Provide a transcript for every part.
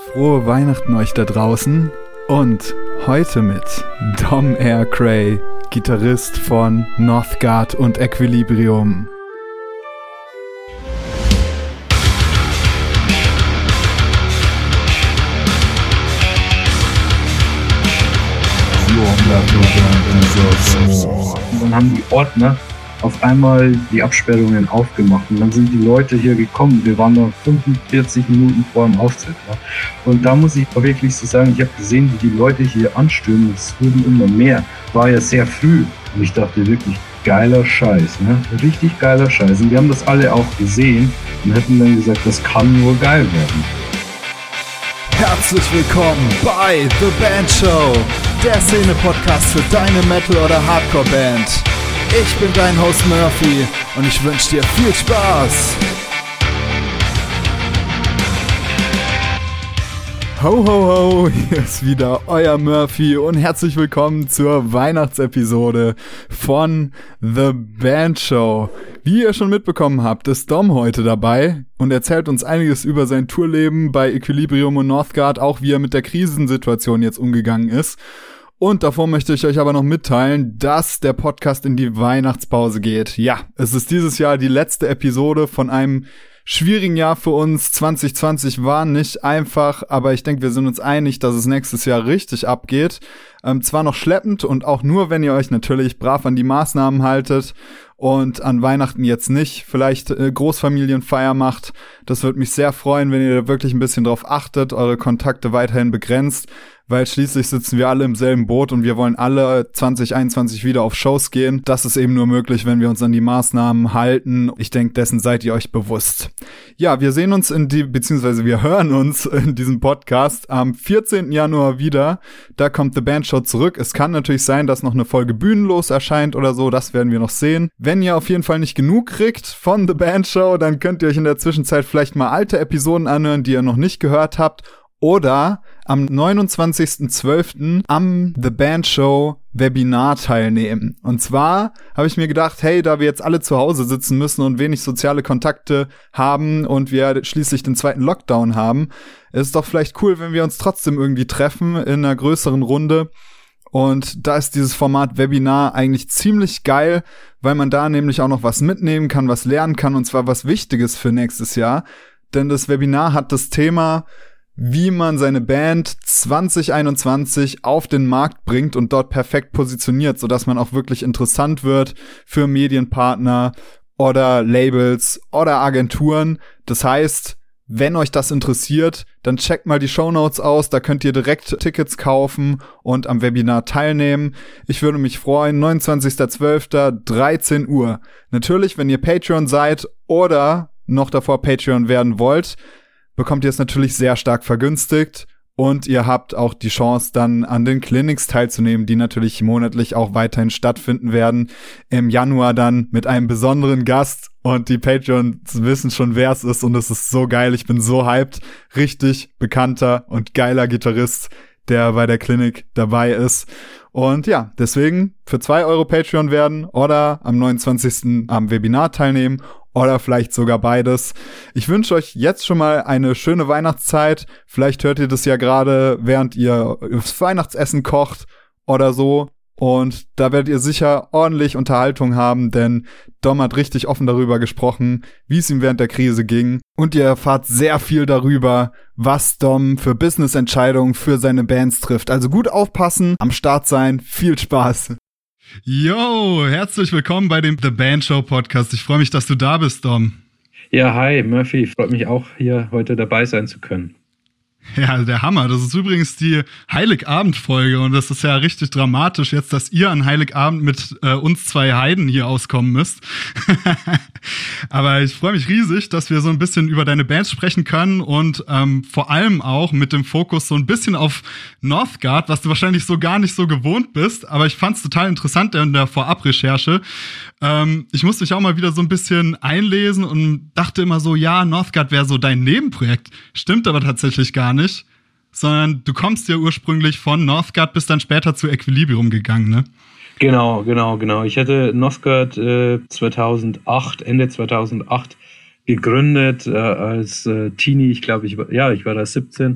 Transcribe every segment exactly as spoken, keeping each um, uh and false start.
Frohe Weihnachten euch da draußen und heute mit Dom Air Cray, Gitarrist von Northgard und Equilibrium. Und dann haben die Ordner auf einmal die Absperrungen aufgemacht und dann sind die Leute hier gekommen. Wir waren noch fünfundvierzig Minuten vor dem Auftritt. Ja. Und da muss ich wirklich so sagen, ich habe gesehen, wie die Leute hier anstürmen. Es wurden immer mehr. War ja sehr früh und ich dachte wirklich, geiler Scheiß. Ne? Richtig geiler Scheiß. Und wir haben das alle auch gesehen und hätten dann gesagt, das kann nur geil werden. Herzlich willkommen bei The Band Show, der Szene-Podcast für deine Metal- oder Hardcore-Band. Ich bin dein Host Murphy und ich wünsche dir viel Spaß. Ho, ho, ho, hier ist wieder euer Murphy und herzlich willkommen zur Weihnachtsepisode von The Band Show. Wie ihr schon mitbekommen habt, ist Dom heute dabei und erzählt uns einiges über sein Tourleben bei Equilibrium und Northgard, auch wie er mit der Krisensituation jetzt umgegangen ist. Und davor möchte ich euch aber noch mitteilen, dass der Podcast in die Weihnachtspause geht. Ja, es ist dieses Jahr die letzte Episode von einem schwierigen Jahr für uns. zwanzig zwanzig war nicht einfach, aber ich denke, wir sind uns einig, dass es nächstes Jahr richtig abgeht. Ähm, zwar noch schleppend und auch nur, wenn ihr euch natürlich brav an die Maßnahmen haltet und an Weihnachten jetzt nicht vielleicht äh, Großfamilienfeier macht. Das würde mich sehr freuen, wenn ihr wirklich ein bisschen drauf achtet, eure Kontakte weiterhin begrenzt, weil schließlich sitzen wir alle im selben Boot und wir wollen alle zwanzig einundzwanzig wieder auf Shows gehen. Das ist eben nur möglich, wenn wir uns an die Maßnahmen halten. Ich denke, dessen seid ihr euch bewusst. Ja, wir sehen uns in die, beziehungsweise wir hören uns in diesem Podcast am vierzehnten Januar wieder. Da kommt The Band Show zurück. Es kann natürlich sein, dass noch eine Folge bühnenlos erscheint oder so. Das werden wir noch sehen. Wenn ihr auf jeden Fall nicht genug kriegt von The Band Show, dann könnt ihr euch in der Zwischenzeit vielleicht mal alte Episoden anhören, die ihr noch nicht gehört habt. Oder am neunundzwanzigsten zwölften am The Band Show Webinar teilnehmen. Und zwar habe ich mir gedacht, hey, da wir jetzt alle zu Hause sitzen müssen und wenig soziale Kontakte haben und wir schließlich den zweiten Lockdown haben, ist es doch vielleicht cool, wenn wir uns trotzdem irgendwie treffen in einer größeren Runde. Und da ist dieses Format Webinar eigentlich ziemlich geil, weil man da nämlich auch noch was mitnehmen kann, was lernen kann, und zwar was Wichtiges für nächstes Jahr. Denn das Webinar hat das Thema, wie man seine Band zwanzig einundzwanzig auf den Markt bringt und dort perfekt positioniert, sodass man auch wirklich interessant wird für Medienpartner oder Labels oder Agenturen. Das heißt, wenn euch das interessiert, dann checkt mal die Shownotes aus, da könnt ihr direkt Tickets kaufen und am Webinar teilnehmen. Ich würde mich freuen, neunundzwanzigsten zwölften dreizehn Uhr. Natürlich, wenn ihr Patreon seid oder noch davor Patreon werden wollt, bekommt ihr es natürlich sehr stark vergünstigt und ihr habt auch die Chance, dann an den Clinics teilzunehmen, die natürlich monatlich auch weiterhin stattfinden werden. Im Januar dann mit einem besonderen Gast und die Patreons wissen schon, wer es ist und es ist so geil. Ich bin so hyped. Richtig bekannter und geiler Gitarrist, der bei der Clinic dabei ist. Und ja, deswegen für zwei Euro Patreon werden oder am neunundzwanzigsten am Webinar teilnehmen. Oder vielleicht sogar beides. Ich wünsche euch jetzt schon mal eine schöne Weihnachtszeit. Vielleicht hört ihr das ja gerade, während ihr das Weihnachtsessen kocht oder so. Und da werdet ihr sicher ordentlich Unterhaltung haben, denn Dom hat richtig offen darüber gesprochen, wie es ihm während der Krise ging. Und ihr erfahrt sehr viel darüber, was Dom für Business-Entscheidungen für seine Bands trifft. Also gut aufpassen, am Start sein, viel Spaß. Yo, herzlich willkommen bei dem The Band Show Podcast. Ich freue mich, dass du da bist, Dom. Ja, hi, Murphy. Freut mich auch, hier heute dabei sein zu können. Ja, der Hammer. Das ist übrigens die Heiligabend-Folge und das ist ja richtig dramatisch jetzt, dass ihr an Heiligabend mit äh, uns zwei Heiden hier auskommen müsst. Aber ich freue mich riesig, dass wir so ein bisschen über deine Band sprechen können und ähm, vor allem auch mit dem Fokus so ein bisschen auf Northgard, was du wahrscheinlich so gar nicht so gewohnt bist. Aber ich fand es total interessant in der Vorabrecherche. Ähm, ich musste mich auch mal wieder so ein bisschen einlesen und dachte immer so, ja, Northgard wäre so dein Nebenprojekt. Stimmt aber tatsächlich gar nicht. Sondern du kommst ja ursprünglich von Northgard, bist dann später zu Equilibrium gegangen, ne? Genau, genau, genau. Ich hatte Northgard äh, zweitausendacht, Ende zweitausendacht gegründet äh, als äh, Teenie. Ich glaube, ich war, ja, ich war da siebzehn.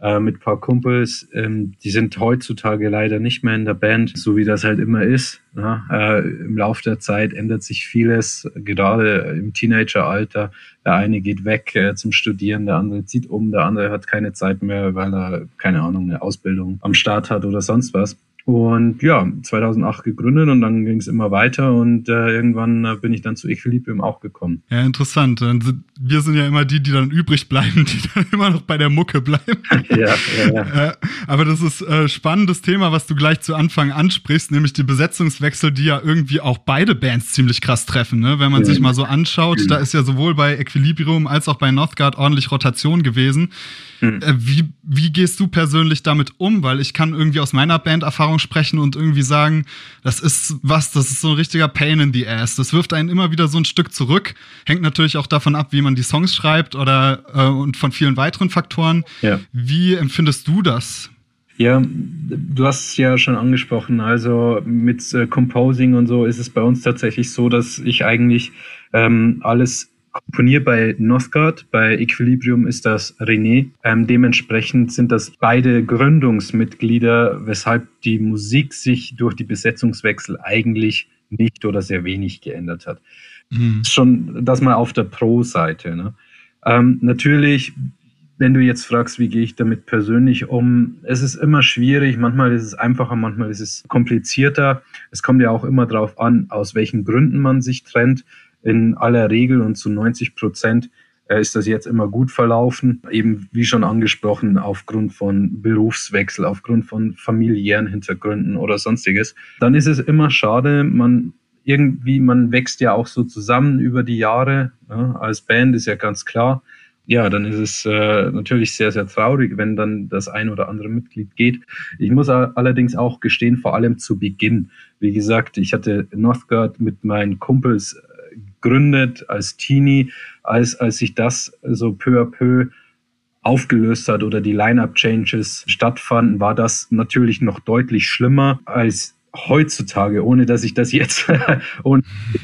äh, mit ein paar Kumpels. Ähm, die sind heutzutage leider nicht mehr in der Band, so wie das halt immer ist. Ja? Äh, Im Laufe der Zeit ändert sich vieles, gerade im Teenageralter. Der eine geht weg äh, zum Studieren, der andere zieht um, der andere hat keine Zeit mehr, weil er, keine Ahnung, eine Ausbildung am Start hat oder sonst was. Und ja, zweitausendacht gegründet und dann ging es immer weiter und äh, irgendwann äh, bin ich dann zu Equilibrium auch gekommen. Ja, interessant. Wir sind ja immer die, die dann übrig bleiben, die dann immer noch bei der Mucke bleiben. ja, ja, ja. Äh, aber das ist äh, spannendes Thema, was du gleich zu Anfang ansprichst, nämlich die Besetzungswechsel, die ja irgendwie auch beide Bands ziemlich krass treffen. Ne? Wenn man mhm. sich mal so anschaut, mhm. da ist ja sowohl bei Equilibrium als auch bei Northgard ordentlich Rotation gewesen. Mhm. Äh, wie, wie gehst du persönlich damit um? Weil ich kann irgendwie aus meiner Banderfahrung sprechen und irgendwie sagen, das ist was, das ist so ein richtiger Pain in the Ass. Das wirft einen immer wieder so ein Stück zurück. Hängt natürlich auch davon ab, wie man die Songs schreibt oder äh, und von vielen weiteren Faktoren. Ja. Wie empfindest du das? Ja, du hast es ja schon angesprochen. Also mit äh, Composing und so ist es bei uns tatsächlich so, dass ich eigentlich ähm, alles komponiere bei Northgard. Bei Equilibrium ist das René. Ähm, dementsprechend sind das beide Gründungsmitglieder, weshalb die Musik sich durch die Besetzungswechsel eigentlich nicht oder sehr wenig geändert hat. Mhm. Schon das mal auf der Pro-Seite. Ne? Ähm, natürlich, wenn du jetzt fragst, wie gehe ich damit persönlich um, es ist immer schwierig. Manchmal ist es einfacher, manchmal ist es komplizierter. Es kommt ja auch immer darauf an, aus welchen Gründen man sich trennt. In aller Regel und zu neunzig Prozent ist das jetzt immer gut verlaufen. Eben wie schon angesprochen, aufgrund von Berufswechsel, aufgrund von familiären Hintergründen oder sonstiges. Dann ist es immer schade, man irgendwie, man wächst ja auch so zusammen über die Jahre. Ja, als Band ist ja ganz klar. Ja, dann ist es äh, natürlich sehr, sehr traurig, wenn dann das ein oder andere Mitglied geht. Ich muss allerdings auch gestehen, vor allem zu Beginn. Wie gesagt, ich hatte Northgard mit meinen Kumpels gegründet als Teenie, als, als sich das so peu à peu aufgelöst hat oder die Line-Up-Changes stattfanden, war das natürlich noch deutlich schlimmer als heutzutage, ohne dass ich das jetzt und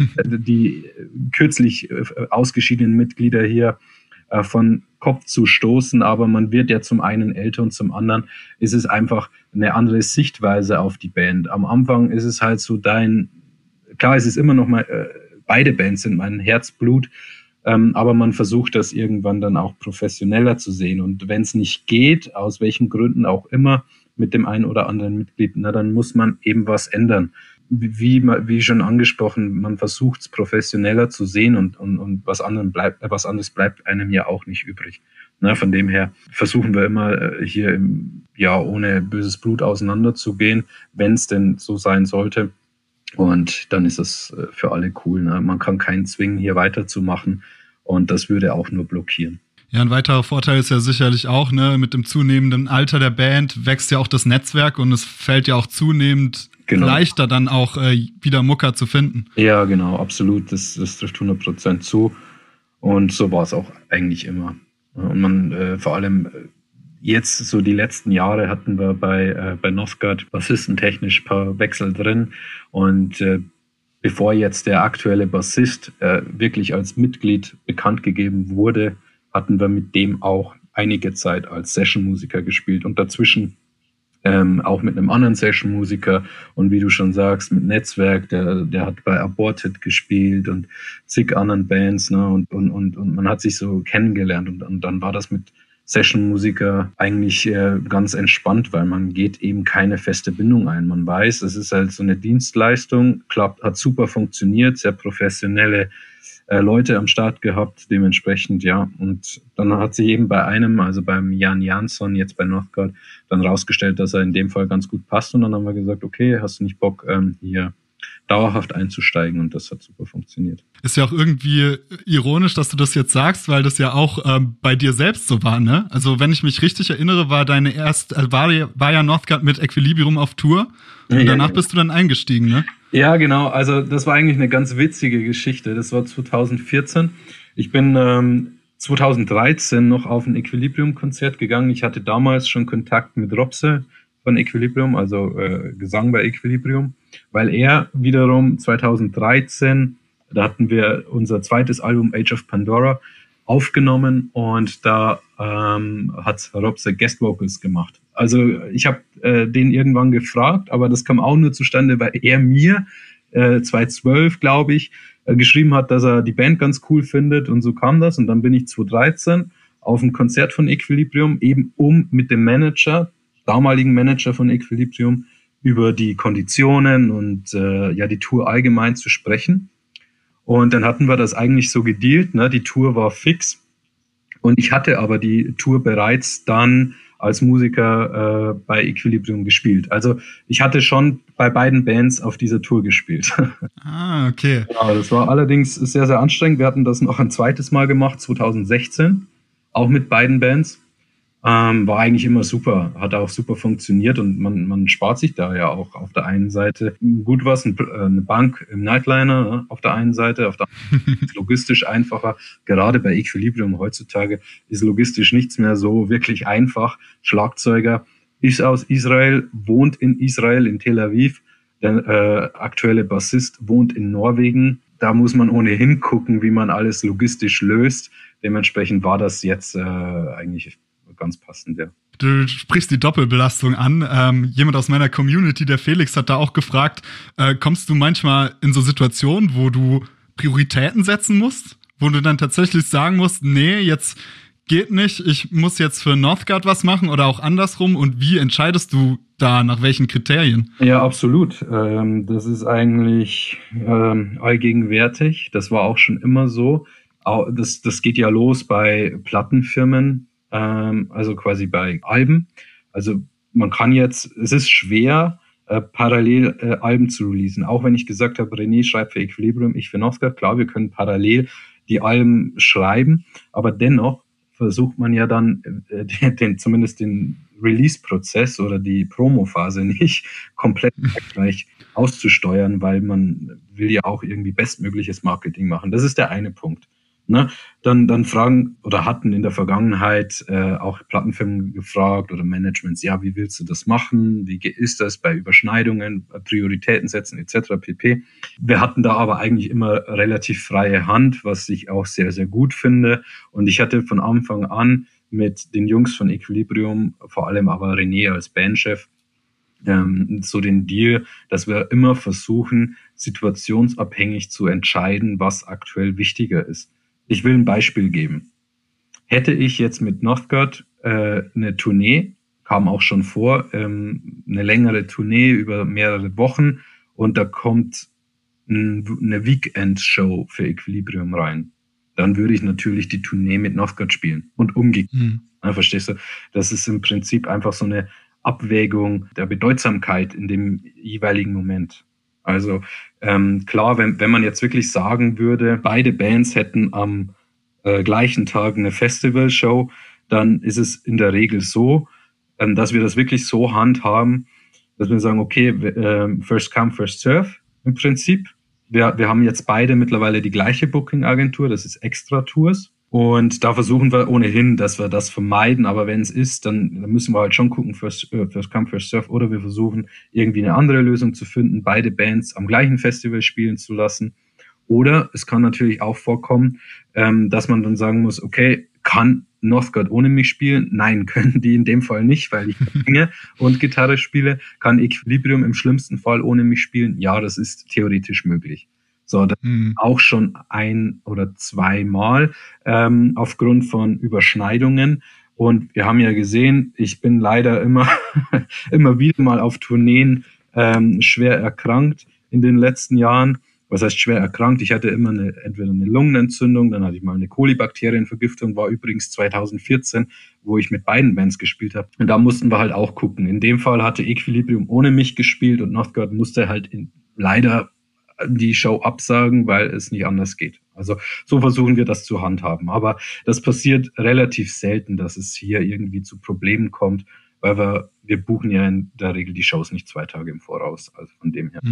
die kürzlich ausgeschiedenen Mitglieder hier von Kopf zu stoßen, aber man wird ja zum einen älter und zum anderen ist es einfach eine andere Sichtweise auf die Band. Am Anfang ist es halt so dein, klar, es ist immer noch mal, äh, beide Bands sind mein Herzblut, ähm, aber man versucht das irgendwann dann auch professioneller zu sehen und wenn es nicht geht, aus welchen Gründen auch immer, mit dem einen oder anderen Mitglied, na dann muss man eben was ändern. Wie, wie schon angesprochen, man versucht es professioneller zu sehen und, und, und was, anderen bleibt, was anderes bleibt einem ja auch nicht übrig. Na, von dem her versuchen wir immer hier im, ja, ohne böses Blut auseinanderzugehen, wenn es denn so sein sollte. Und dann ist es für alle cool. Ne? Man kann keinen zwingen, hier weiterzumachen und das würde auch nur blockieren. Ja, ein weiterer Vorteil ist ja sicherlich auch, ne, mit dem zunehmenden Alter der Band wächst ja auch das Netzwerk und es fällt ja auch zunehmend genau. leichter dann auch äh, wieder Mucker zu finden. Ja, genau, absolut. Das, das trifft hundert Prozent zu. Und so war es auch eigentlich immer. Und man äh, vor allem jetzt so die letzten Jahre hatten wir bei, äh, bei Northgard bassistentechnisch ein paar Wechsel drin. Und äh, bevor jetzt der aktuelle Bassist äh, wirklich als Mitglied bekannt gegeben wurde, hatten wir mit dem auch einige Zeit als Session-Musiker gespielt und dazwischen ähm, auch mit einem anderen Session-Musiker und wie du schon sagst, mit Netzwerk, der, der hat bei Aborted gespielt und zig anderen Bands, ne, und, und, und, und man hat sich so kennengelernt und, und dann war das mit Session-Musiker eigentlich äh, ganz entspannt, weil man geht eben keine feste Bindung ein. Man weiß, es ist halt so eine Dienstleistung, klappt, hat super funktioniert, sehr professionelle Leute am Start gehabt, dementsprechend, ja. Und dann hat sich eben bei einem, also beim Jan Jansson, jetzt bei Northgard, dann rausgestellt, dass er in dem Fall ganz gut passt. Und dann haben wir gesagt, okay, hast du nicht Bock, ähm, hier dauerhaft einzusteigen? Und das hat super funktioniert. Ist ja auch irgendwie ironisch, dass du das jetzt sagst, weil das ja auch ähm, bei dir selbst so war, ne? Also wenn ich mich richtig erinnere, war deine erste, äh, war, war ja Northgard mit Equilibrium auf Tour und ja, danach ja. bist du dann eingestiegen, ne? Ja, genau. Also das war eigentlich eine ganz witzige Geschichte. Das war zwanzig vierzehn. Ich bin ähm, zwanzig dreizehn noch auf ein Equilibrium-Konzert gegangen. Ich hatte damals schon Kontakt mit Robse von Equilibrium, also äh, Gesang bei Equilibrium, weil er wiederum zwanzig dreizehn, da hatten wir unser zweites Album Age of Pandora aufgenommen und da ähm, hat Robse Guest Vocals gemacht. Also ich habe äh, den irgendwann gefragt, aber das kam auch nur zustande, weil er mir äh, zweitausendzwölf, glaube ich, äh, geschrieben hat, dass er die Band ganz cool findet und so kam das. Und dann bin ich zweitausenddreizehn auf ein Konzert von Equilibrium, eben um mit dem Manager, damaligen Manager von Equilibrium, über die Konditionen und äh, ja die Tour allgemein zu sprechen. Und dann hatten wir das eigentlich so gedealt, ne? Die Tour war fix. Und ich hatte aber die Tour bereits dann als Musiker äh, bei Equilibrium gespielt. Also ich hatte schon bei beiden Bands auf dieser Tour gespielt. Ah, okay. Ja, das war allerdings sehr, sehr anstrengend. Wir hatten das noch ein zweites Mal gemacht, zweitausendsechzehn, auch mit beiden Bands. Ähm, war eigentlich immer super, hat auch super funktioniert und man, man spart sich da ja auch auf der einen Seite gut was, ein, eine Bank im Nightliner, ne, auf der einen Seite, auf der anderen ist logistisch einfacher. Gerade bei Equilibrium heutzutage ist logistisch nichts mehr so wirklich einfach. Schlagzeuger ist aus Israel, wohnt in Israel, in Tel Aviv. Der äh, aktuelle Bassist wohnt in Norwegen. Da muss man ohnehin gucken, wie man alles logistisch löst. Dementsprechend war das jetzt äh, eigentlich ganz passend, ja. Du sprichst die Doppelbelastung an. Ähm, jemand aus meiner Community, der Felix, hat da auch gefragt, äh, kommst du manchmal in so Situationen, wo du Prioritäten setzen musst? Wo du dann tatsächlich sagen musst, nee, jetzt geht nicht, ich muss jetzt für Northgard was machen oder auch andersrum? Und wie entscheidest du da, nach welchen Kriterien? Ja, absolut. Ähm, das ist eigentlich ähm, allgegenwärtig. Das war auch schon immer so. Das, das geht ja los bei Plattenfirmen, also quasi bei Alben. Also man kann jetzt, es ist schwer, äh, parallel äh, Alben zu releasen. Auch wenn ich gesagt habe, René schreibt für Equilibrium, ich für Northgard. Klar, wir können parallel die Alben schreiben, aber dennoch versucht man ja dann äh, den, den, zumindest den Release-Prozess oder die Promo-Phase nicht komplett gleich auszusteuern, weil man will ja auch irgendwie bestmögliches Marketing machen. Das ist der eine Punkt. Ne, dann, dann fragen oder hatten in der Vergangenheit äh, auch Plattenfirmen gefragt oder Managements, ja, wie willst du das machen? Wie ist das bei Überschneidungen, Prioritäten setzen et cetera pp. Wir hatten da aber eigentlich immer relativ freie Hand, was ich auch sehr, sehr gut finde. Und ich hatte von Anfang an mit den Jungs von Equilibrium, vor allem aber René als Bandchef, ähm, so den Deal, dass wir immer versuchen, situationsabhängig zu entscheiden, was aktuell wichtiger ist. Ich will ein Beispiel geben. Hätte ich jetzt mit Northgard äh, eine Tournee, kam auch schon vor, ähm, eine längere Tournee über mehrere Wochen und da kommt ein, eine Weekend-Show für Equilibrium rein, dann würde ich natürlich die Tournee mit Northgard spielen und umgekehrt. Mhm. Ja, verstehst du? Das ist im Prinzip einfach so eine Abwägung der Bedeutsamkeit in dem jeweiligen Moment. Also ähm, klar, wenn, wenn man jetzt wirklich sagen würde, beide Bands hätten am äh, gleichen Tag eine Festivalshow, dann ist es in der Regel so, ähm, dass wir das wirklich so handhaben, dass wir sagen, okay, äh, first come, first serve im Prinzip. Wir, wir haben jetzt beide mittlerweile die gleiche Booking-Agentur, das ist Extra Tours. Und da versuchen wir ohnehin, dass wir das vermeiden. Aber wenn es ist, dann, dann müssen wir halt schon gucken, first, uh, first come, first serve. Oder wir versuchen, irgendwie eine andere Lösung zu finden, beide Bands am gleichen Festival spielen zu lassen. Oder es kann natürlich auch vorkommen, ähm, dass man dann sagen muss, okay, kann Northgard ohne mich spielen? Nein, können die in dem Fall nicht, weil ich singe und Gitarre spiele. Kann Equilibrium im schlimmsten Fall ohne mich spielen? Ja, das ist theoretisch möglich. So, das mhm. auch schon ein oder zweimal ähm, aufgrund von Überschneidungen. Und wir haben ja gesehen, ich bin leider immer, immer wieder mal auf Tourneen ähm, schwer erkrankt in den letzten Jahren. Was heißt schwer erkrankt? Ich hatte immer eine, entweder eine Lungenentzündung, dann hatte ich mal eine Kolibakterienvergiftung, war übrigens zweitausendvierzehn, wo ich mit beiden Bands gespielt habe. Und da mussten wir halt auch gucken. In dem Fall hatte Equilibrium ohne mich gespielt und Northgard musste halt in, leider die Show absagen, weil es nicht anders geht. Also so versuchen wir das zu handhaben. Aber das passiert relativ selten, dass es hier irgendwie zu Problemen kommt, weil wir, wir buchen ja in der Regel die Shows nicht zwei Tage im Voraus. Also von dem her. Mhm.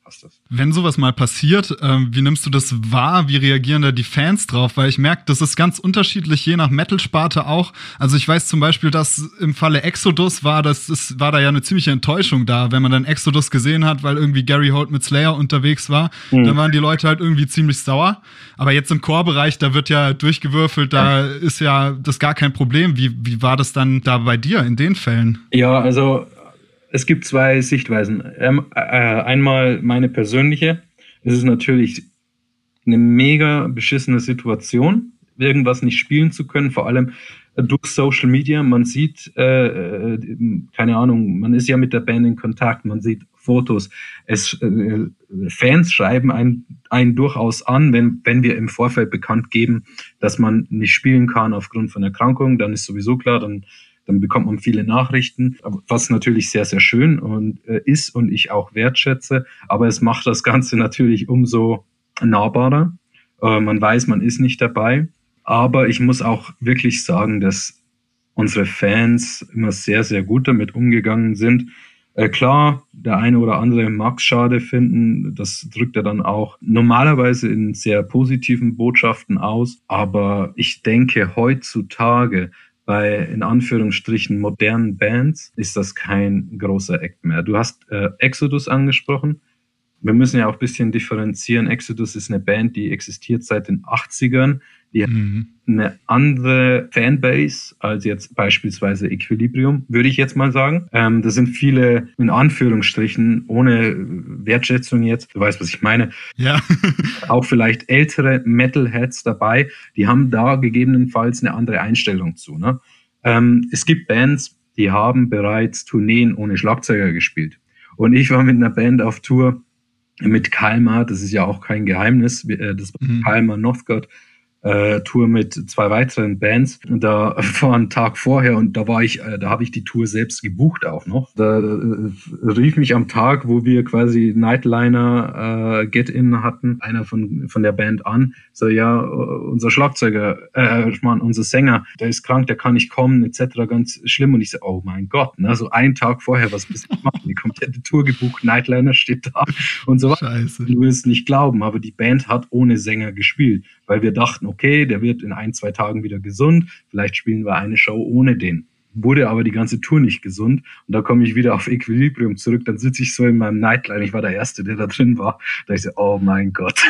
passt das. Wenn sowas mal passiert, ähm, wie nimmst du das wahr? Wie reagieren da die Fans drauf? Weil ich merke, das ist ganz unterschiedlich, je nach Metal-Sparte auch. Also ich weiß zum Beispiel, dass im Falle Exodus war, das ist, war da ja eine ziemliche Enttäuschung da, wenn man dann Exodus gesehen hat, weil irgendwie Gary Holt mit Slayer unterwegs war. Mhm. Dann waren die Leute halt irgendwie ziemlich sauer. Aber jetzt im Core-Bereich, da wird ja durchgewürfelt, da ja. ist ja das gar kein Problem. Wie, wie war das dann da bei dir in den Fällen? Ja, also es gibt zwei Sichtweisen. Ähm, äh, einmal meine persönliche. Es ist natürlich eine mega beschissene Situation, irgendwas nicht spielen zu können, vor allem durch Social Media. Man sieht, äh, keine Ahnung, man ist ja mit der Band in Kontakt, man sieht Fotos. Es, äh, Fans schreiben einen, einen durchaus an, wenn, wenn wir im Vorfeld bekannt geben, dass man nicht spielen kann aufgrund von Erkrankung, dann ist sowieso klar, dann, dann bekommt man viele Nachrichten, was natürlich sehr, sehr schön und äh, ist und ich auch wertschätze. Aber es macht das Ganze natürlich umso nahbarer. Äh, man weiß, man ist nicht dabei. Aber ich muss auch wirklich sagen, dass unsere Fans immer sehr, sehr gut damit umgegangen sind. Äh, klar, der eine oder andere mag es schade finden. Das drückt er dann auch normalerweise in sehr positiven Botschaften aus. Aber ich denke, heutzutage bei, in Anführungsstrichen, modernen Bands ist das kein großer Act mehr. Du hast äh, Exodus angesprochen. Wir müssen ja auch ein bisschen differenzieren. Exodus ist eine Band, die existiert seit den achtzigern. Die mhm. hat eine andere Fanbase als jetzt beispielsweise Equilibrium, würde ich jetzt mal sagen. Ähm, das sind viele, in Anführungsstrichen, ohne Wertschätzung jetzt, du weißt, was ich meine, ja. auch vielleicht ältere Metalheads dabei, die haben da gegebenenfalls eine andere Einstellung zu. Ne? Ähm, es gibt Bands, die haben bereits Tourneen ohne Schlagzeuger gespielt. Und ich war mit einer Band auf Tour mit Kalmar, das ist ja auch kein Geheimnis, das war mhm. Kalmar Northgard, Äh, Tour mit zwei weiteren Bands. Und da war ein Tag vorher und da war ich, äh, da habe ich die Tour selbst gebucht auch noch. Da äh, rief mich am Tag, wo wir quasi Nightliner äh, Get-In hatten, einer von von der Band an. So, ja, unser Schlagzeuger, äh, ich meine, unser Sänger, der ist krank, der kann nicht kommen, et cetera. Ganz schlimm. Und ich so, oh mein Gott, ne? So einen Tag vorher, was bist du machen? Die komplette Tour gebucht, Nightliner steht da und so weiter. Scheiße. Du wirst nicht glauben, aber die Band hat ohne Sänger gespielt, weil wir dachten, okay, der wird in ein, zwei Tagen wieder gesund, vielleicht spielen wir eine Show ohne den. Wurde aber die ganze Tour nicht gesund und da komme ich wieder auf Equilibrium zurück, dann sitze ich so in meinem Nightline, ich war der Erste, der da drin war, da ich so, oh mein Gott.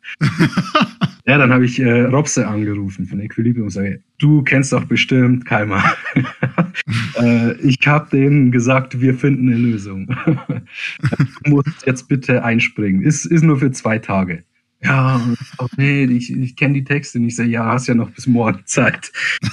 Ja, dann habe ich äh, Robse angerufen von Equilibrium und sage, du kennst doch bestimmt Kalmar. äh, ich habe denen gesagt, wir finden eine Lösung. Du musst jetzt bitte einspringen, ist, ist nur für zwei Tage. Ja, oh nee, ich, ich kenne die Texte nicht. Ich sage, ja, hast ja noch bis morgen Zeit.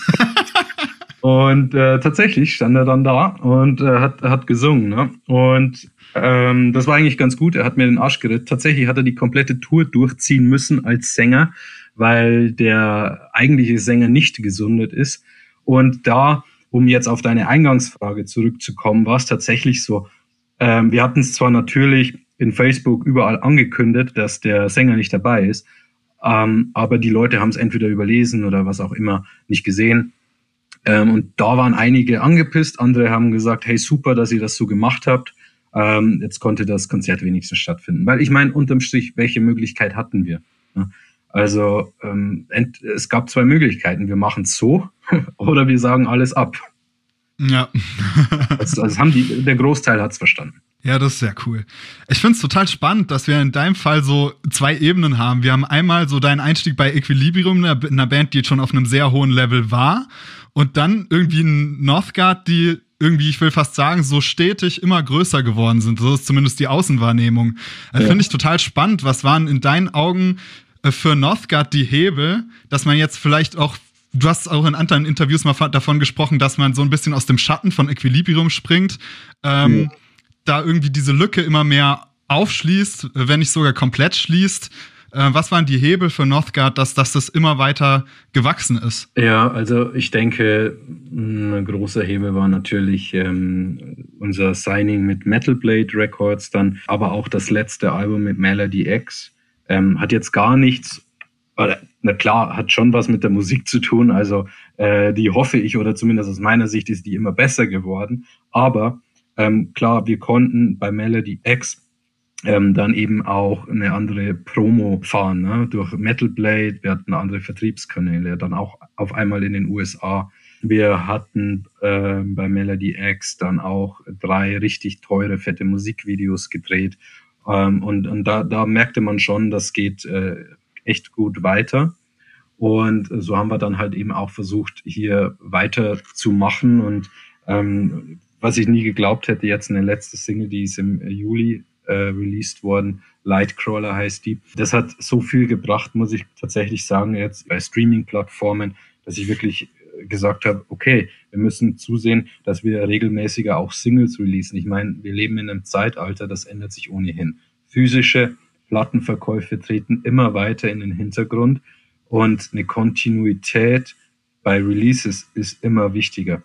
Und äh, tatsächlich stand er dann da und äh, hat, hat gesungen. Ne? Und ähm, das war eigentlich ganz gut. Er hat mir den Arsch gerettet. Tatsächlich hat er die komplette Tour durchziehen müssen als Sänger, weil der eigentliche Sänger nicht gesundet ist. Und da, um jetzt auf deine Eingangsfrage zurückzukommen, war es tatsächlich so. Ähm, wir hatten es zwar natürlich in Facebook überall angekündigt, dass der Sänger nicht dabei ist. Ähm, aber die Leute haben es entweder überlesen oder was auch immer nicht gesehen. Ähm, und da waren einige angepisst, andere haben gesagt, hey, super, dass ihr das so gemacht habt. Ähm, jetzt konnte das Konzert wenigstens stattfinden. Weil ich meine, unterm Strich, welche Möglichkeit hatten wir? Ja? Also ähm, ent- es gab zwei Möglichkeiten. Wir machen es so oder wir sagen alles ab. Ja. also, also haben die, der Großteil hat es verstanden. Ja, das ist sehr cool. Ich finde es total spannend, dass wir in deinem Fall so zwei Ebenen haben. Wir haben einmal so deinen Einstieg bei Equilibrium, einer Band, die jetzt schon auf einem sehr hohen Level war. Und dann irgendwie ein Northgard, die irgendwie, ich will fast sagen, so stetig immer größer geworden sind. So ist zumindest die Außenwahrnehmung. Das ja. finde ich total spannend. Was waren in deinen Augen für Northgard die Hebel, dass man jetzt vielleicht auch, du hast auch in anderen Interviews mal davon gesprochen, dass man so ein bisschen aus dem Schatten von Equilibrium springt. Ähm, ja. da irgendwie diese Lücke immer mehr aufschließt, wenn nicht sogar komplett schließt. Äh, was waren die Hebel für Northgard, dass, dass das immer weiter gewachsen ist? Ja, also ich denke, ein großer Hebel war natürlich ähm, unser Signing mit Metal Blade Records dann, aber auch das letzte Album mit Melody X. Ähm, hat jetzt gar nichts, oder, na klar, hat schon was mit der Musik zu tun, also äh, die hoffe ich, oder zumindest aus meiner Sicht ist die immer besser geworden, aber Ähm, klar, wir konnten bei Melody X ähm, dann eben auch eine andere Promo fahren, ne? Durch Metal Blade. Wir hatten andere Vertriebskanäle, dann auch auf einmal in den U S A. Wir hatten äh, bei Melody X dann auch drei richtig teure, fette Musikvideos gedreht. Ähm, und und da, da merkte man schon, das geht äh, echt gut weiter. Und so haben wir dann halt eben auch versucht, hier weiter zu machen. Und ähm, was ich nie geglaubt hätte, jetzt eine letzte Single, die ist im Juli äh, released worden, Lightcrawler heißt die. Das hat so viel gebracht, muss ich tatsächlich sagen, jetzt bei Streaming-Plattformen, dass ich wirklich gesagt habe, okay, wir müssen zusehen, dass wir regelmäßiger auch Singles releasen. Ich meine, wir leben in einem Zeitalter, das ändert sich ohnehin. Physische Plattenverkäufe treten immer weiter in den Hintergrund und eine Kontinuität bei Releases ist immer wichtiger.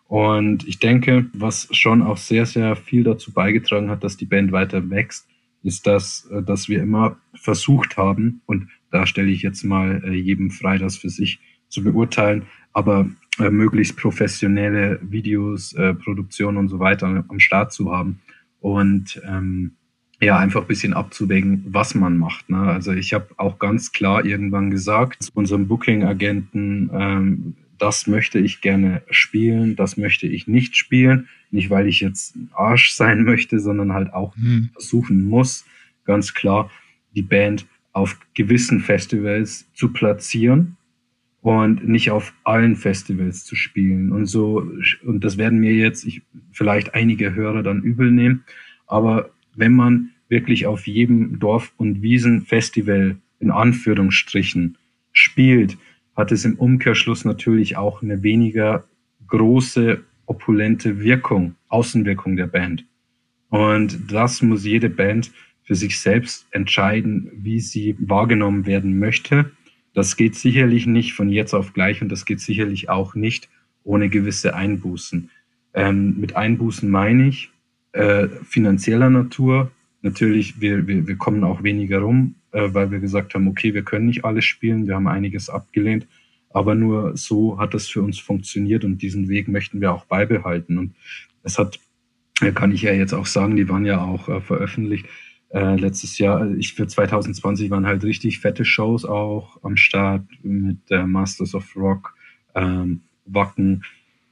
Und ich denke, was schon auch sehr, sehr viel dazu beigetragen hat, dass die Band weiter wächst, ist das, dass wir immer versucht haben, und da stelle ich jetzt mal jedem frei, das für sich zu beurteilen, aber äh, möglichst professionelle Videos, äh, Produktion und so weiter am Start zu haben und ähm, ja, einfach ein bisschen abzuwägen, was man macht. Ne? Also ich habe auch ganz klar irgendwann gesagt zu unserem Booking-Agenten, ähm, das möchte ich gerne spielen, das möchte ich nicht spielen. Nicht, weil ich jetzt ein Arsch sein möchte, sondern halt auch hm. versuchen muss, ganz klar die Band auf gewissen Festivals zu platzieren und nicht auf allen Festivals zu spielen. Und so, und das werden mir jetzt ich, vielleicht einige Hörer dann übel nehmen, aber wenn man wirklich auf jedem Dorf- und Wiesenfestival in Anführungsstrichen spielt, hat es im Umkehrschluss natürlich auch eine weniger große, opulente Wirkung, Außenwirkung der Band. Und das muss jede Band für sich selbst entscheiden, wie sie wahrgenommen werden möchte. Das geht sicherlich nicht von jetzt auf gleich und das geht sicherlich auch nicht ohne gewisse Einbußen. Ähm, mit Einbußen meine ich äh, finanzieller Natur. Natürlich, wir, wir, wir kommen auch weniger rum, äh, weil wir gesagt haben, okay, wir können nicht alles spielen, wir haben einiges abgelehnt, aber nur so hat das für uns funktioniert und diesen Weg möchten wir auch beibehalten. Und es hat, kann ich ja jetzt auch sagen, die waren ja auch äh, veröffentlicht, Äh, letztes Jahr, ich für zwanzig zwanzig waren halt richtig fette Shows auch am Start mit äh, Masters of Rock, ähm, Wacken,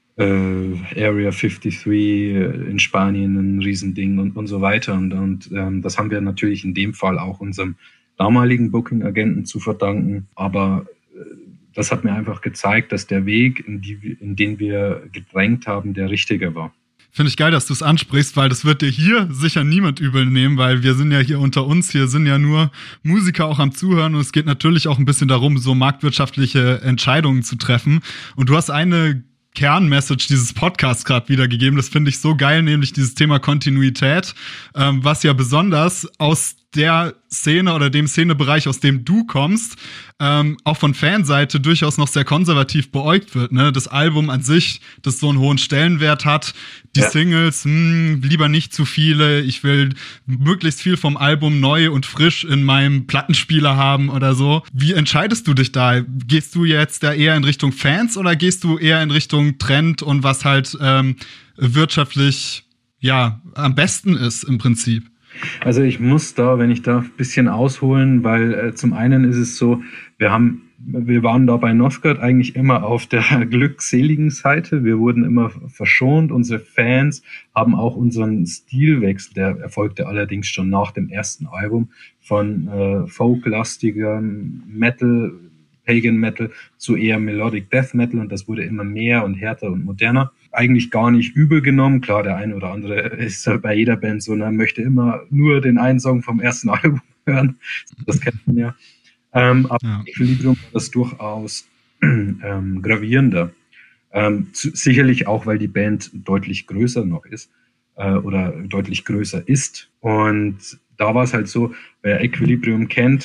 äh, Area fünfunddreißig äh, in Spanien ein Riesending und, und so weiter. Und, und ähm, das haben wir natürlich in dem Fall auch unserem damaligen Booking-Agenten zu verdanken. Aber äh, das hat mir einfach gezeigt, dass der Weg, in, die, in den wir gedrängt haben, der richtige war. Finde ich geil, dass du es ansprichst, weil das wird dir hier sicher niemand übel nehmen, weil wir sind ja hier unter uns, hier sind ja nur Musiker auch am Zuhören und es geht natürlich auch ein bisschen darum, so marktwirtschaftliche Entscheidungen zu treffen. Und du hast eine Kernmessage dieses Podcasts gerade wiedergegeben, das finde ich so geil, nämlich dieses Thema Kontinuität, ähm, was ja besonders aus der Szene oder dem Szenebereich, aus dem du kommst, ähm, auch von Fanseite durchaus noch sehr konservativ beäugt wird. Ne? Das Album an sich, das so einen hohen Stellenwert hat, die ja. Singles, mh, lieber nicht zu viele, ich will möglichst viel vom Album neu und frisch in meinem Plattenspieler haben oder so. Wie entscheidest du dich da? Gehst du jetzt da eher in Richtung Fans oder gehst du eher in Richtung Trend und was halt ähm, wirtschaftlich ja am besten ist im Prinzip? Also ich muss da, wenn ich da ein bisschen ausholen, weil äh, zum einen ist es so, wir haben, wir waren da bei Northgard eigentlich immer auf der glückseligen Seite. Wir wurden immer verschont. Unsere Fans haben auch unseren Stilwechsel, der erfolgte allerdings schon nach dem ersten Album, von äh, folklastigem Metal, Pagan Metal zu eher Melodic Death Metal und das wurde immer mehr und härter und moderner. Eigentlich gar nicht übel genommen. Klar, der eine oder andere ist halt bei jeder Band so, man möchte immer nur den einen Song vom ersten Album hören. Das kennt man ja. Ähm, aber ja. Equilibrium war das durchaus ähm, gravierender. Ähm, zu, sicherlich auch, weil die Band deutlich größer noch ist äh, oder deutlich größer ist. Und da war es halt so, wer Equilibrium kennt,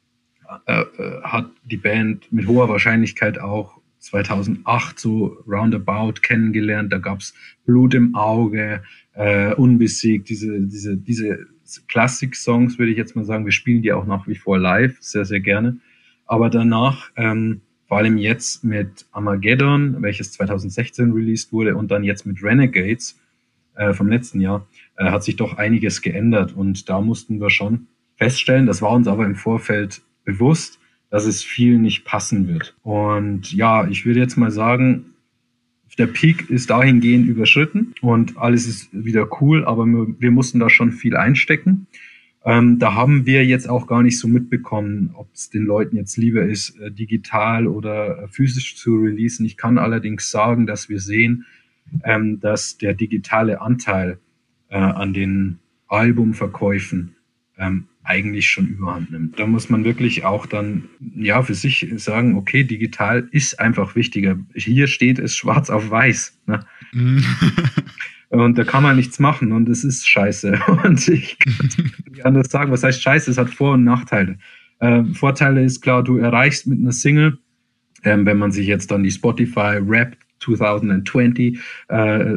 äh, äh, hat die Band mit hoher Wahrscheinlichkeit auch zweitausendacht so roundabout kennengelernt. Da gab's Blut im Auge, äh, Unbesiegt, diese, diese, diese Classic-Songs, würde ich jetzt mal sagen. Wir spielen die auch nach wie vor live, sehr, sehr gerne. Aber danach, ähm, vor allem jetzt mit Armageddon, welches zweitausendsechzehn released wurde, und dann jetzt mit Renegades, äh, vom letzten Jahr, äh, hat sich doch einiges geändert. Und da mussten wir schon feststellen, das war uns aber im Vorfeld bewusst, dass es viel nicht passen wird. Und ja, ich würde jetzt mal sagen, der Peak ist dahingehend überschritten und alles ist wieder cool, aber wir, wir mussten da schon viel einstecken. Ähm, da haben wir jetzt auch gar nicht so mitbekommen, ob es den Leuten jetzt lieber ist, äh, digital oder äh, physisch zu releasen. Ich kann allerdings sagen, dass wir sehen, ähm, dass der digitale Anteil äh, an den Albumverkäufen ähm, eigentlich schon überhand nimmt. Da muss man wirklich auch dann ja für sich sagen, okay, digital ist einfach wichtiger. Hier steht es schwarz auf weiß. Ne? Mm. Und da kann man nichts machen und es ist scheiße. Und ich kann nicht anders sagen, was heißt scheiße? Es hat Vor- und Nachteile. Ähm, Vorteile ist klar, du erreichst mit einer Single, ähm, wenn man sich jetzt dann die Spotify Rap zwanzig zwanzig äh,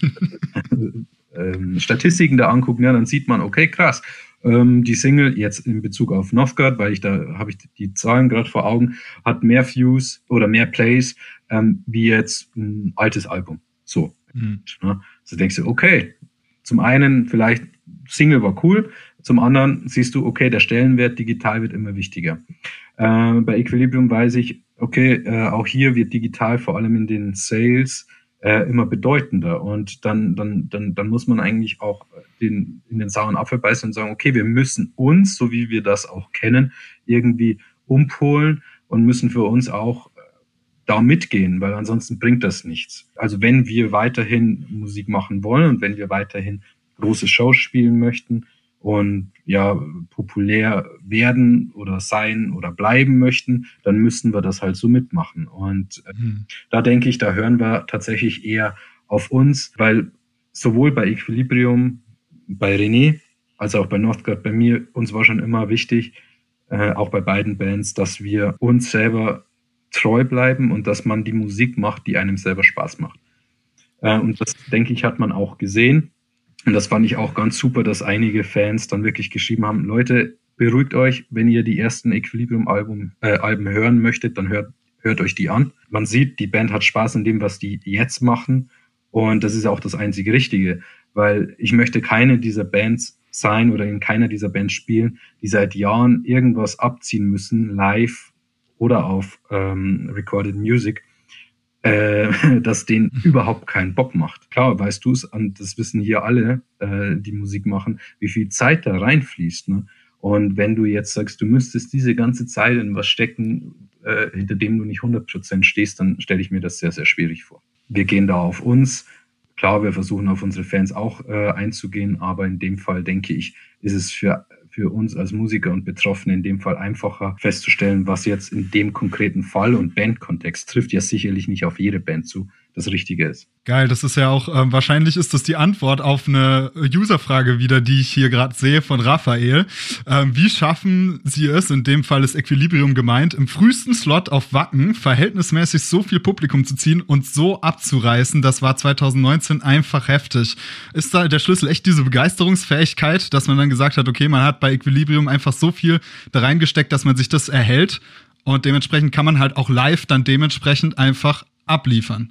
äh, Statistiken da anguckt, ja, dann sieht man, okay, krass, ähm, die Single jetzt in Bezug auf Northgard, weil ich da habe ich die Zahlen gerade vor Augen, hat mehr Views oder mehr Plays ähm, wie jetzt ein altes Album. So. Mhm. Ja, so denkst du, okay, zum einen vielleicht Single war cool, zum anderen siehst du, okay, der Stellenwert digital wird immer wichtiger. Äh, bei Equilibrium weiß ich, okay, äh, auch hier wird digital vor allem in den Sales äh, immer bedeutender und dann, dann, dann, dann muss man eigentlich auch den, in den sauren Apfel beißen und sagen, okay, wir müssen uns, so wie wir das auch kennen, irgendwie umpolen und müssen für uns auch da mitgehen, weil ansonsten bringt das nichts. Also wenn wir weiterhin Musik machen wollen und wenn wir weiterhin große Shows spielen möchten und ja populär werden oder sein oder bleiben möchten, dann müssen wir das halt so mitmachen. Und äh, mhm. da denke ich, da hören wir tatsächlich eher auf uns, weil sowohl bei Equilibrium, bei René, als auch bei Northgard, bei mir, uns war schon immer wichtig, äh, auch bei beiden Bands, dass wir uns selber treu bleiben und dass man die Musik macht, die einem selber Spaß macht. Äh, und das, denke ich, hat man auch gesehen. Und das fand ich auch ganz super, dass einige Fans dann wirklich geschrieben haben, Leute, beruhigt euch, wenn ihr die ersten Equilibrium-Alben äh, Alben hören möchtet, dann hört, hört euch die an. Man sieht, die Band hat Spaß in dem, was die jetzt machen. Und das ist auch das einzige Richtige, weil ich möchte keine dieser Bands sein oder in keiner dieser Bands spielen, die seit Jahren irgendwas abziehen müssen, live oder auf ähm, Recorded Music, äh, das denen überhaupt keinen Bock macht. Klar, weißt du es, und das wissen hier alle, äh, die Musik machen, wie viel Zeit da reinfließt. Ne? Und wenn du jetzt sagst, du müsstest diese ganze Zeit in was stecken, äh, hinter dem du nicht hundert Prozent stehst, dann stelle ich mir das sehr, sehr schwierig vor. Wir gehen da auf uns. Klar, wir versuchen auf unsere Fans auch äh, einzugehen, aber in dem Fall, denke ich, ist es für für uns als Musiker und Betroffene in dem Fall einfacher festzustellen, was jetzt in dem konkreten Fall und Bandkontext trifft ja sicherlich nicht auf jede Band zu, das Richtige ist. Geil, das ist ja auch, ähm, wahrscheinlich ist das die Antwort auf eine Userfrage wieder, die ich hier gerade sehe von Raphael. Ähm, wie schaffen Sie es, in dem Fall ist Equilibrium gemeint, im frühesten Slot auf Wacken verhältnismäßig so viel Publikum zu ziehen und so abzureißen? Das war zwanzig neunzehn einfach heftig. Ist da der Schlüssel echt diese Begeisterungsfähigkeit, dass man dann gesagt hat, okay, man hat bei Equilibrium einfach so viel da reingesteckt, dass man sich das erhält und dementsprechend kann man halt auch live dann dementsprechend einfach abliefern?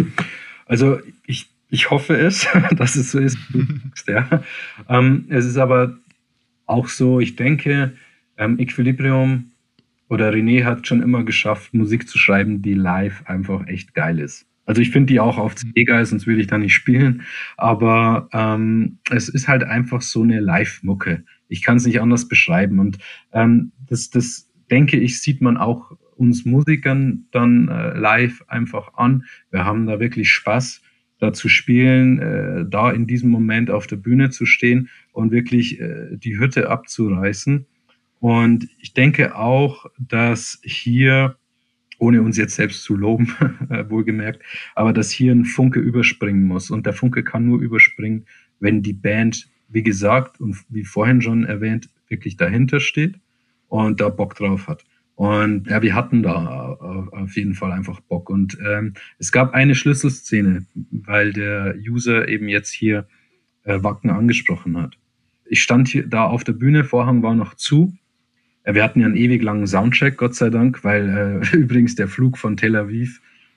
Also ich, ich hoffe es, dass es so ist. Ja. Ähm, es ist aber auch so, ich denke, ähm, Equilibrium oder René hat schon immer geschafft, Musik zu schreiben, die live einfach echt geil ist. Also ich finde die auch auf C D geil, sonst würde ich da nicht spielen. Aber ähm, es ist halt einfach so eine Live-Mucke. Ich kann es nicht anders beschreiben. Und ähm, das, das denke ich, sieht man auch uns Musikern dann äh, live einfach an. Wir haben da wirklich Spaß, da zu spielen, äh, da in diesem Moment auf der Bühne zu stehen und wirklich äh, die Hütte abzureißen. Und ich denke auch, dass hier, ohne uns jetzt selbst zu loben, wohlgemerkt, aber dass hier ein Funke überspringen muss. Und der Funke kann nur überspringen, wenn die Band, wie gesagt und wie vorhin schon erwähnt, wirklich dahinter steht und da Bock drauf hat. Und ja, wir hatten da auf jeden Fall einfach Bock. Und ähm, es gab eine Schlüsselszene, weil der User eben jetzt hier äh, Wacken angesprochen hat. Ich stand hier da auf der Bühne, Vorhang war noch zu. Wir hatten ja einen ewig langen Soundcheck, Gott sei Dank, weil äh, übrigens der Flug von Tel Aviv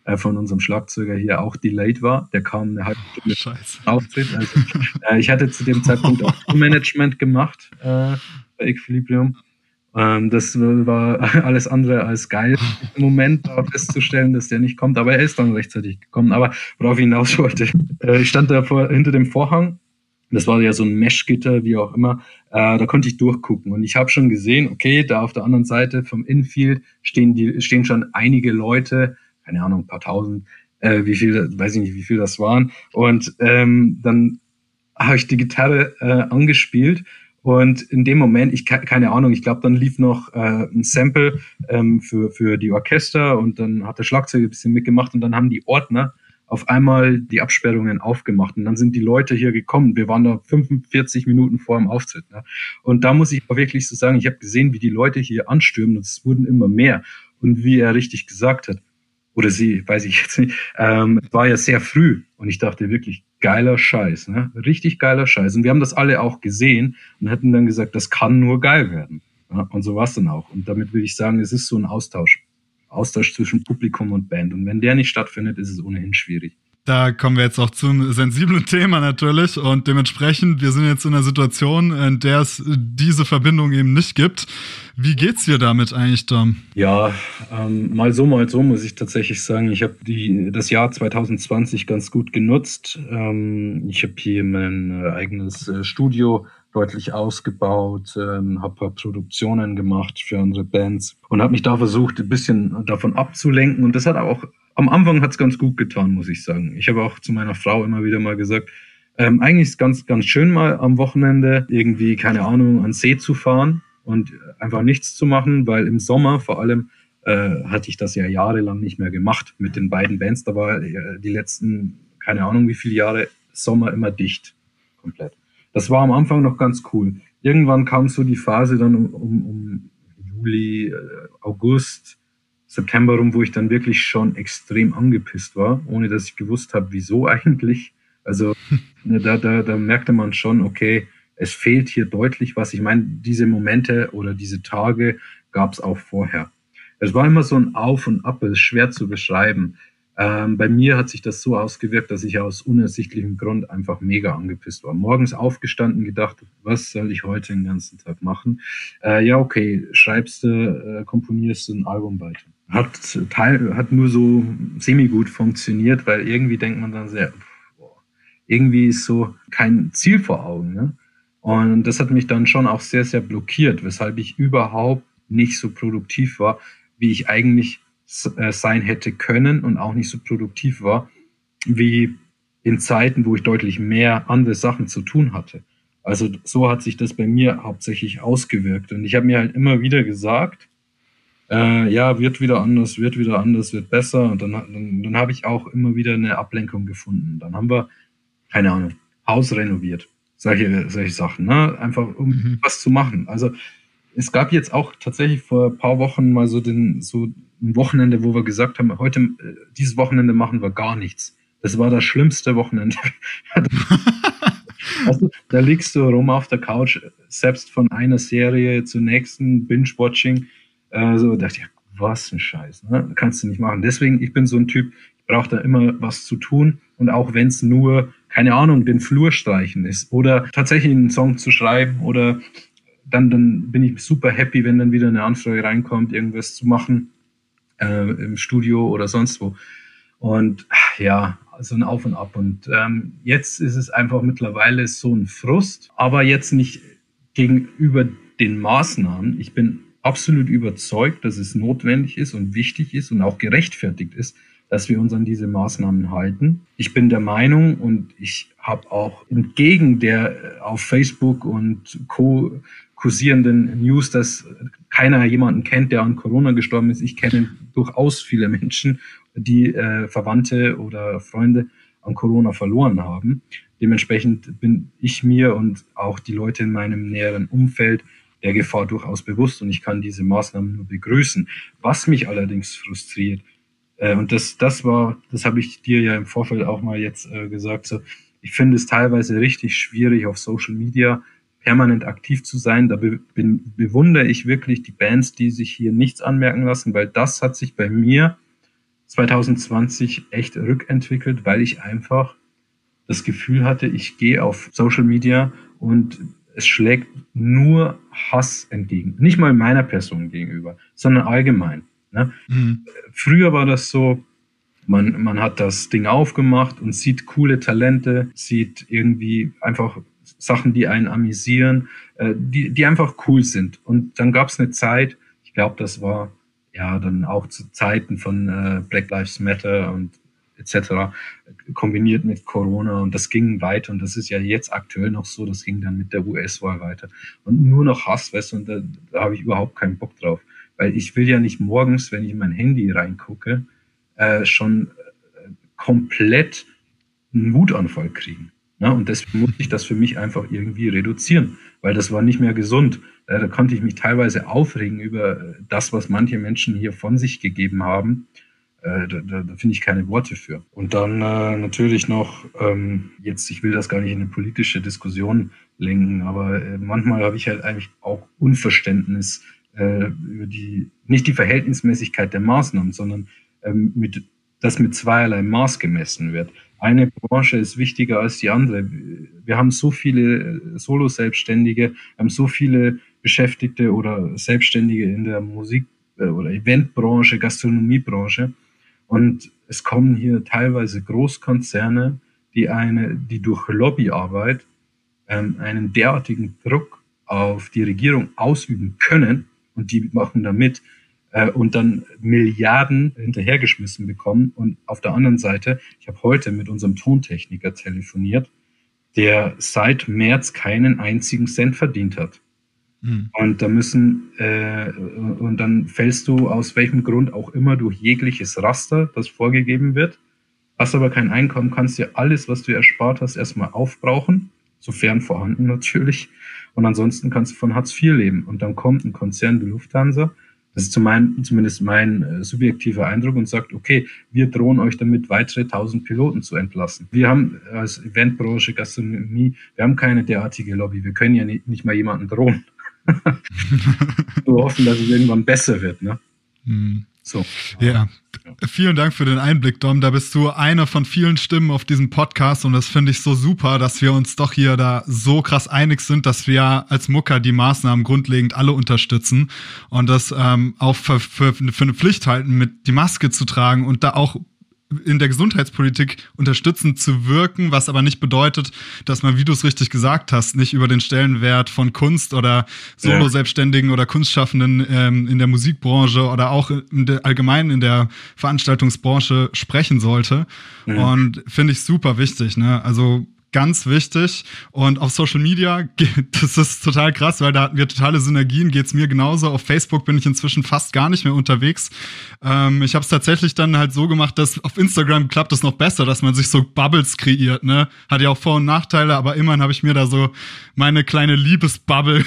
äh, von unserem Schlagzeuger hier auch delayed war. Der kam eine halbe Stunde Scheiße. Auftritt. Also, äh, ich hatte zu dem Zeitpunkt auch Management gemacht äh, bei Equilibrium. Ähm, das war alles andere als geil im Moment, da festzustellen, dass der nicht kommt. Aber er ist dann rechtzeitig gekommen. Aber worauf ich hinaus wollte, äh, ich stand da vor, hinter dem Vorhang. Das war ja so ein Mesh-Gitter, wie auch immer. Äh, da konnte ich durchgucken. Und ich habe schon gesehen, okay, da auf der anderen Seite vom Infield stehen, die, stehen schon einige Leute, keine Ahnung, ein paar tausend, äh, wie viel, weiß ich nicht, wie viel das waren. Und ähm, dann habe ich die Gitarre äh, angespielt. Und in dem Moment, ich keine Ahnung, ich glaube, dann lief noch äh, ein Sample ähm, für für die Orchester und dann hat der Schlagzeuger ein bisschen mitgemacht und dann haben die Ordner auf einmal die Absperrungen aufgemacht und dann sind die Leute hier gekommen. Wir waren da fünfundvierzig Minuten vor dem Auftritt. Ne? Und da muss ich auch wirklich so sagen, ich habe gesehen, wie die Leute hier anstürmen und es wurden immer mehr. Und wie er richtig gesagt hat, oder sie, weiß ich jetzt nicht, ähm, war ja sehr früh und ich dachte wirklich, geiler Scheiß, ne? Richtig geiler Scheiß. Und wir haben das alle auch gesehen und hätten dann gesagt, das kann nur geil werden. Ja? Und so war es dann auch. Und damit würde ich sagen, es ist so ein Austausch. Austausch zwischen Publikum und Band. Und wenn der nicht stattfindet, ist es ohnehin schwierig. Da kommen wir jetzt auch zum sensiblen Thema natürlich und dementsprechend, wir sind jetzt in einer Situation, in der es diese Verbindung eben nicht gibt. Wie geht's dir damit eigentlich, Dom? Ja, ähm, mal so, mal so muss ich tatsächlich sagen, ich habe die das Jahr zwanzig zwanzig ganz gut genutzt. Ähm, ich habe hier mein äh, eigenes äh, Studio deutlich ausgebaut, ähm, habe Produktionen gemacht für andere Bands und habe mich da versucht, ein bisschen davon abzulenken. Und das hat auch am Anfang hat's ganz gut getan, muss ich sagen. Ich habe auch zu meiner Frau immer wieder mal gesagt, ähm, eigentlich ist ganz, ganz schön mal am Wochenende irgendwie, keine Ahnung, an den See zu fahren und einfach nichts zu machen, weil im Sommer vor allem äh, hatte ich das ja jahrelang nicht mehr gemacht mit den beiden Bands. Da war äh, die letzten, keine Ahnung wie viele Jahre, Sommer immer dicht, komplett. Das war am Anfang noch ganz cool. Irgendwann kam so die Phase dann um, um, um Juli, äh, August, September rum, wo ich dann wirklich schon extrem angepisst war, ohne dass ich gewusst habe, wieso eigentlich. Also ne, da, da, da merkte man schon, okay, es fehlt hier deutlich was. Ich meine, diese Momente oder diese Tage gab es auch vorher. Es war immer so ein Auf und Ab, es ist schwer zu beschreiben. Ähm, bei mir hat sich das so ausgewirkt, dass ich aus unersichtlichem Grund einfach mega angepisst war. Morgens aufgestanden, gedacht, was soll ich heute den ganzen Tag machen? Äh, ja, okay, schreibst du, äh, komponierst du ein Album weiter. Hat, Teil, hat nur so semi-gut funktioniert, weil irgendwie denkt man dann sehr, boah, irgendwie ist so kein Ziel vor Augen. Ne? Und das hat mich dann schon auch sehr, sehr blockiert, weshalb ich überhaupt nicht so produktiv war, wie ich eigentlich sein hätte können und auch nicht so produktiv war, wie in Zeiten, wo ich deutlich mehr andere Sachen zu tun hatte. Also so hat sich das bei mir hauptsächlich ausgewirkt. Und ich habe mir halt immer wieder gesagt, äh, ja, wird wieder anders, wird wieder anders, wird besser. Und dann, dann, dann habe ich auch immer wieder eine Ablenkung gefunden. Dann haben wir, keine Ahnung, Haus renoviert. Solche, solche Sachen, ne? Einfach um mhm. was zu machen. Also es gab jetzt auch tatsächlich vor ein paar Wochen mal so den so ein Wochenende, wo wir gesagt haben, heute, äh, dieses Wochenende machen wir gar nichts. Das war das schlimmste Wochenende. Also, da liegst du rum auf der Couch, selbst von einer Serie zur nächsten, Binge-Watching. Äh, so dachte ich, was ein Scheiß, ne? Kannst du nicht machen. Deswegen, ich bin so ein Typ, ich brauche da immer was zu tun. Und auch wenn es nur, keine Ahnung, den Flur streichen ist oder tatsächlich einen Song zu schreiben oder dann, dann bin ich super happy, wenn dann wieder eine Anfrage reinkommt, irgendwas zu machen äh, im Studio oder sonst wo. Und ja, so ein Auf und Ab. Und ähm, jetzt ist es einfach mittlerweile so ein Frust, aber jetzt nicht gegenüber den Maßnahmen. Ich bin absolut überzeugt, dass es notwendig ist und wichtig ist und auch gerechtfertigt ist, dass wir uns an diese Maßnahmen halten. Ich bin der Meinung und ich habe auch entgegen der auf Facebook und Co. kursierenden News, dass keiner jemanden kennt, der an Corona gestorben ist. Ich kenne durchaus viele Menschen, die äh, Verwandte oder Freunde an Corona verloren haben. Dementsprechend bin ich mir und auch die Leute in meinem näheren Umfeld der Gefahr durchaus bewusst und ich kann diese Maßnahmen nur begrüßen. Was mich allerdings frustriert, äh, und das, das war, das habe ich dir ja im Vorfeld auch mal jetzt äh, gesagt, so, ich finde es teilweise richtig schwierig auf Social Media permanent aktiv zu sein. Da be- bin, bewundere ich wirklich die Bands, die sich hier nichts anmerken lassen, weil das hat sich bei mir zwanzig zwanzig echt rückentwickelt, weil ich einfach das Gefühl hatte, ich gehe auf Social Media und es schlägt nur Hass entgegen. Nicht mal meiner Person gegenüber, sondern allgemein. Ne? Mhm. Früher war das so, man, man hat das Ding aufgemacht und sieht coole Talente, sieht irgendwie einfach Sachen, die einen amüsieren, äh, die, die einfach cool sind. Und dann gab es eine Zeit, ich glaube, das war ja dann auch zu Zeiten von äh, Black Lives Matter und et cetera, kombiniert mit Corona, und das ging weiter, und das ist ja jetzt aktuell noch so, das ging dann mit der U S-Wahl weiter. Und nur noch Hass, weißt du, und da, da habe ich überhaupt keinen Bock drauf. Weil ich will ja nicht morgens, wenn ich in mein Handy reingucke, äh, schon äh, komplett einen Wutanfall kriegen. Ne? Und deswegen muss ich das für mich einfach irgendwie reduzieren, weil das war nicht mehr gesund. Äh, da konnte ich mich teilweise aufregen über das, was manche Menschen hier von sich gegeben haben. Äh, da da, da finde ich keine Worte für. Und dann äh, natürlich noch, ähm, jetzt, ich will das gar nicht in eine politische Diskussion lenken, aber äh, manchmal habe ich halt eigentlich auch Unverständnis äh, über die, nicht die Verhältnismäßigkeit der Maßnahmen, sondern ähm, mit, dass mit zweierlei Maß gemessen wird. Eine Branche ist wichtiger als die andere. Wir haben so viele Solo-Selbstständige, wir haben so viele Beschäftigte oder Selbstständige in der Musik- oder Eventbranche, Gastronomiebranche. Und es kommen hier teilweise Großkonzerne, die eine, die durch Lobbyarbeit ähm, einen derartigen Druck auf die Regierung ausüben können, und die machen da mit, äh, und dann Milliarden hinterhergeschmissen bekommen. Und auf der anderen Seite, ich habe heute mit unserem Tontechniker telefoniert, der seit März keinen einzigen Cent verdient hat. Mhm. Und da müssen, äh, und dann fällst du aus welchem Grund auch immer durch jegliches Raster, das vorgegeben wird, hast aber kein Einkommen, kannst dir alles, was du erspart hast, erstmal aufbrauchen, sofern vorhanden natürlich. Und ansonsten kannst du von Hartz vier leben. Und dann kommt ein Konzern wie Lufthansa, das ist zumindest mein äh, subjektiver Eindruck, und sagt, okay, wir drohen euch damit, weitere tausend Piloten zu entlassen. Wir haben als Eventbranche, Gastronomie, wir haben keine derartige Lobby. Wir können ja nicht, nicht mal jemanden drohen. Nur hoffen, dass es irgendwann besser wird, ne? Hm. So. Ja. Vielen Dank für den Einblick, Dom. Da bist du eine von vielen Stimmen auf diesem Podcast, und das finde ich so super, dass wir uns doch hier da so krass einig sind, dass wir als Mucker die Maßnahmen grundlegend alle unterstützen und das ähm, auch für, für, für eine Pflicht halten, mit die Maske zu tragen und da auch in der Gesundheitspolitik unterstützend zu wirken, was aber nicht bedeutet, dass man, wie du es richtig gesagt hast, nicht über den Stellenwert von Kunst oder Solo-Selbstständigen oder Kunstschaffenden ähm, in der Musikbranche oder auch in der, allgemein in der Veranstaltungsbranche sprechen sollte. Ja. Und finde ich super wichtig, ne? Also ganz wichtig. Und auf Social Media, das ist total krass, weil da hatten wir totale Synergien, geht's mir genauso. Auf Facebook bin ich inzwischen fast gar nicht mehr unterwegs. Ähm, ich habe es tatsächlich dann halt so gemacht, dass auf Instagram klappt es noch besser, dass man sich so Bubbles kreiert, ne? Hat ja auch Vor- und Nachteile, aber immerhin habe ich mir da so meine kleine Liebesbubble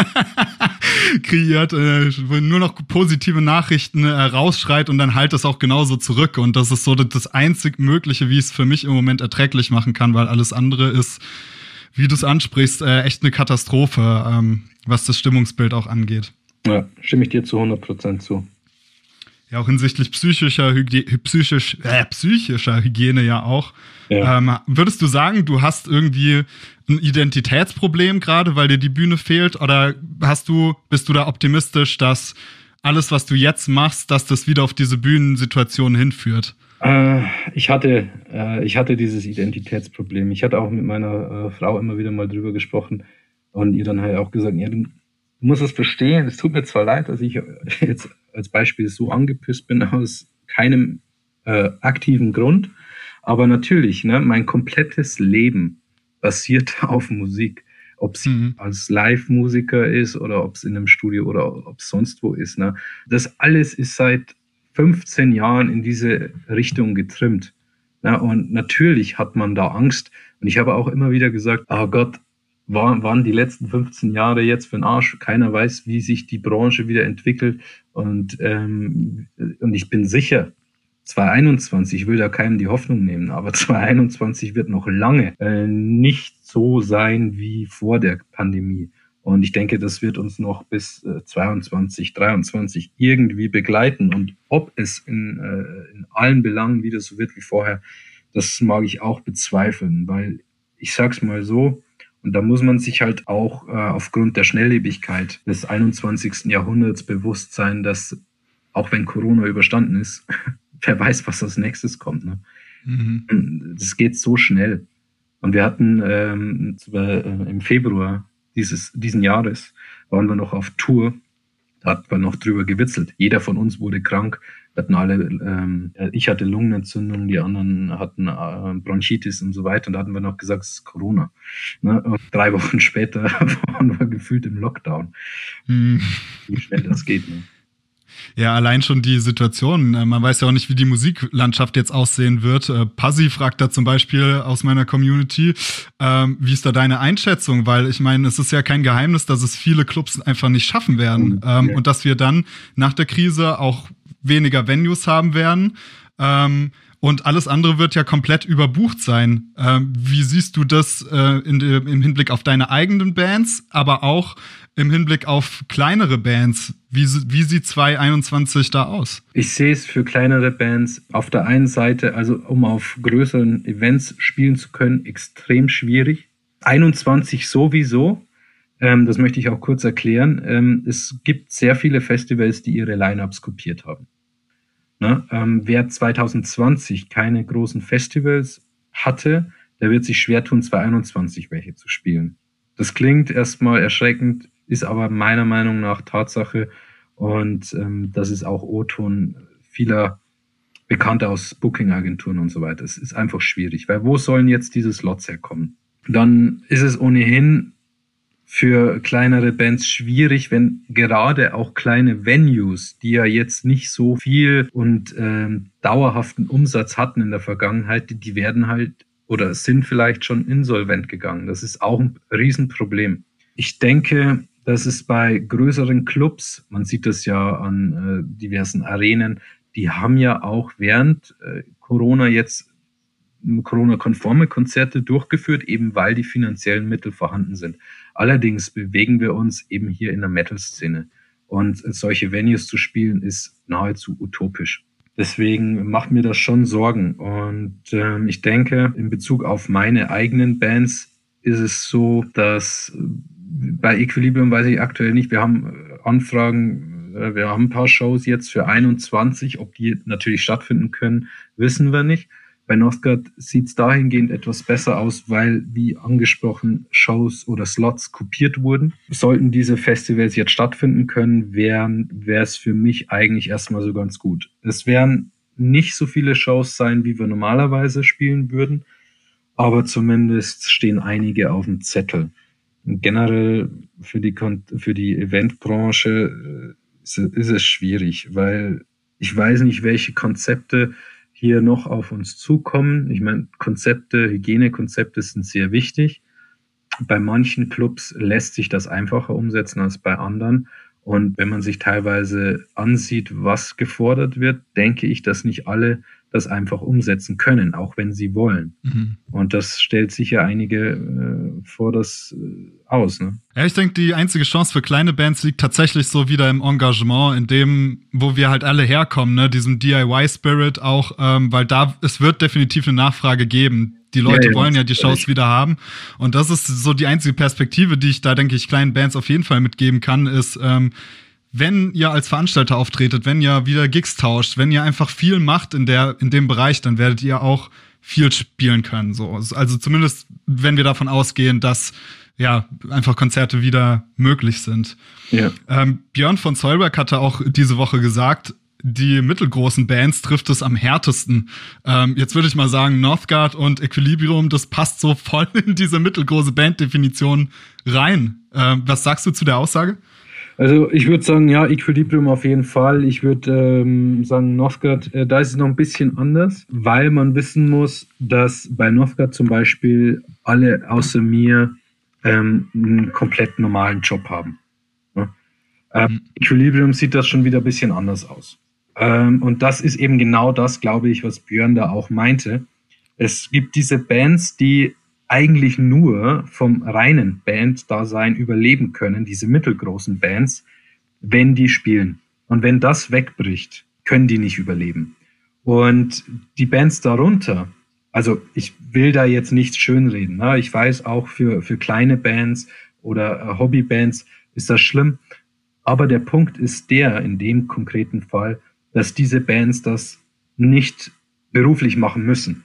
kreiert, äh, wo nur noch positive Nachrichten äh, rausschreit, und dann halt es auch genauso zurück. Und das ist so das einzig Mögliche, wie es für mich im Moment erträglich machen kann, weil alles andere ist, wie du es ansprichst, äh, echt eine Katastrophe, ähm, was das Stimmungsbild auch angeht. Ja, stimme ich dir zu hundert Prozent zu. Ja, auch hinsichtlich psychischer, Hygie- psychisch, äh, psychischer Hygiene ja auch. Ja. Ähm, würdest du sagen, du hast irgendwie ein Identitätsproblem gerade, weil dir die Bühne fehlt? Oder hast du, bist du da optimistisch, dass alles, was du jetzt machst, dass das wieder auf diese Bühnensituation hinführt? Äh, ich hatte, äh, ich hatte dieses Identitätsproblem. Ich hatte auch mit meiner äh, Frau immer wieder mal drüber gesprochen und ihr dann halt auch gesagt, ja, du musst es verstehen. Es tut mir zwar leid, dass ich jetzt als Beispiel so angepisst bin aus keinem äh, aktiven Grund, aber natürlich, ne, mein komplettes Leben basiert auf Musik. Ob es mhm. als Live-Musiker ist oder ob es in einem Studio oder ob es sonst wo ist. Ne? Das alles ist seit fünfzehn Jahren in diese Richtung getrimmt. Ja, und natürlich hat man da Angst. Und ich habe auch immer wieder gesagt, oh Gott, war, waren die letzten fünfzehn Jahre jetzt für den Arsch. Keiner weiß, wie sich die Branche wieder entwickelt. Und, ähm, und ich bin sicher, zwanzig einundzwanzig, ich will da keinem die Hoffnung nehmen, aber zwanzig einundzwanzig wird noch lange äh, nicht so sein wie vor der Pandemie. Und ich denke, das wird uns noch bis äh, zweiundzwanzig, dreiundzwanzig irgendwie begleiten. Und ob es in, äh, in allen Belangen wieder so wird wie vorher, das mag ich auch bezweifeln, weil ich sag's mal so, und da muss man sich halt auch äh, aufgrund der Schnelllebigkeit des einundzwanzigsten Jahrhunderts bewusst sein, dass auch wenn Corona überstanden ist, wer weiß, was als nächstes kommt. Ne? Mhm. Das geht so schnell. Und wir hatten ähm, äh, im Februar dieses diesen Jahres, waren wir noch auf Tour, da hat man noch drüber gewitzelt. Jeder von uns wurde krank. Wir hatten alle, ähm, ich hatte Lungenentzündung, die anderen hatten äh, Bronchitis und so weiter. Und da hatten wir noch gesagt, es ist Corona. Ne? Und drei Wochen später waren wir gefühlt im Lockdown. Mhm. Wie schnell das geht. Ne? Ja, allein schon die Situation. Man weiß ja auch nicht, wie die Musiklandschaft jetzt aussehen wird. Pazzi fragt da zum Beispiel aus meiner Community, ähm, wie ist da deine Einschätzung? Weil ich meine, es ist ja kein Geheimnis, dass es viele Clubs einfach nicht schaffen werden. Mhm. Ähm, ja. Und dass wir dann nach der Krise auch weniger Venues haben werden. Ähm, und alles andere wird ja komplett überbucht sein. Ähm, wie siehst du das äh, in, im Hinblick auf deine eigenen Bands, aber auch im Hinblick auf kleinere Bands? Wie, wie sieht zwanzig einundzwanzig da aus? Ich sehe es für kleinere Bands auf der einen Seite, also um auf größeren Events spielen zu können, extrem schwierig. einundzwanzig sowieso. Ähm, das möchte ich auch kurz erklären. Ähm, es gibt sehr viele Festivals, die ihre Line-Ups kopiert haben. Ne? Ähm, wer zwanzig zwanzig keine großen Festivals hatte, der wird sich schwer tun, zwanzig einundzwanzig welche zu spielen. Das klingt erstmal erschreckend, ist aber meiner Meinung nach Tatsache, und ähm, das ist auch O-Ton vieler Bekannter aus Booking-Agenturen und so weiter. Es ist einfach schwierig, weil wo sollen jetzt diese Slots herkommen? Dann ist es ohnehin für kleinere Bands schwierig, wenn gerade auch kleine Venues, die ja jetzt nicht so viel und ähm, dauerhaften Umsatz hatten in der Vergangenheit, die, die werden halt oder sind vielleicht schon insolvent gegangen. Das ist auch ein Riesenproblem. Ich denke, dass es bei größeren Clubs, man sieht das ja an äh, diversen Arenen, die haben ja auch während äh, Corona jetzt Corona-konforme Konzerte durchgeführt, eben weil die finanziellen Mittel vorhanden sind. Allerdings bewegen wir uns eben hier in der Metal-Szene. Und solche Venues zu spielen, ist nahezu utopisch. Deswegen macht mir das schon Sorgen. Und ähm, ich denke, in Bezug auf meine eigenen Bands ist es so, dass bei Equilibrium weiß ich aktuell nicht, wir haben Anfragen, wir haben ein paar Shows jetzt für einundzwanzig, ob die natürlich stattfinden können, wissen wir nicht. Bei Northgard sieht es dahingehend etwas besser aus, weil, wie angesprochen, Shows oder Slots kopiert wurden. Sollten diese Festivals jetzt stattfinden können, wäre es für mich eigentlich erstmal so ganz gut. Es werden nicht so viele Shows sein, wie wir normalerweise spielen würden, aber zumindest stehen einige auf dem Zettel. Und generell für die, für die Eventbranche ist, ist es schwierig, weil ich weiß nicht, welche Konzepte hier noch auf uns zukommen. Ich meine, Konzepte, Hygienekonzepte sind sehr wichtig. Bei manchen Clubs lässt sich das einfacher umsetzen als bei anderen. Und wenn man sich teilweise ansieht, was gefordert wird, denke ich, dass nicht alle das einfach umsetzen können, auch wenn sie wollen. Mhm. Und das stellt sicher einige äh, vor das äh, aus. Ne? Ja, ich denke, die einzige Chance für kleine Bands liegt tatsächlich so wieder im Engagement, in dem, wo wir halt alle herkommen, ne, diesem D I Y-Spirit auch, ähm, weil da, es wird definitiv eine Nachfrage geben. Die Leute ja, ja, wollen ja die Shows echt wieder haben. Und das ist so die einzige Perspektive, die ich da, denke ich, kleinen Bands auf jeden Fall mitgeben kann, ist, ähm, wenn ihr als Veranstalter auftretet, wenn ihr wieder Gigs tauscht, wenn ihr einfach viel macht in der, in dem Bereich, dann werdet ihr auch viel spielen können, so. Also zumindest, wenn wir davon ausgehen, dass, ja, einfach Konzerte wieder möglich sind. Ja. Ähm, Björn von Zollberg hatte auch diese Woche gesagt, die mittelgroßen Bands trifft es am härtesten. Ähm, jetzt würde ich mal sagen, Northgard und Equilibrium, das passt so voll in diese mittelgroße Banddefinition rein. Ähm, was sagst du zu der Aussage? Also ich würde sagen, ja, Equilibrium auf jeden Fall. Ich würde ähm, sagen, Northgard, äh, da ist es noch ein bisschen anders, weil man wissen muss, dass bei Northgard zum Beispiel alle außer mir ähm, einen komplett normalen Job haben. Ja? Ähm, mhm. Equilibrium sieht das schon wieder ein bisschen anders aus. Ähm, und das ist eben genau das, glaube ich, was Björn da auch meinte. Es gibt diese Bands, die eigentlich nur vom reinen Band-Dasein überleben können, diese mittelgroßen Bands, wenn die spielen. Und wenn das wegbricht, können die nicht überleben. Und die Bands darunter, also ich will da jetzt nichts schönreden. Ne? Ich weiß auch für, für kleine Bands oder äh, Hobbybands ist das schlimm. Aber der Punkt ist der, in dem konkreten Fall, dass diese Bands das nicht beruflich machen müssen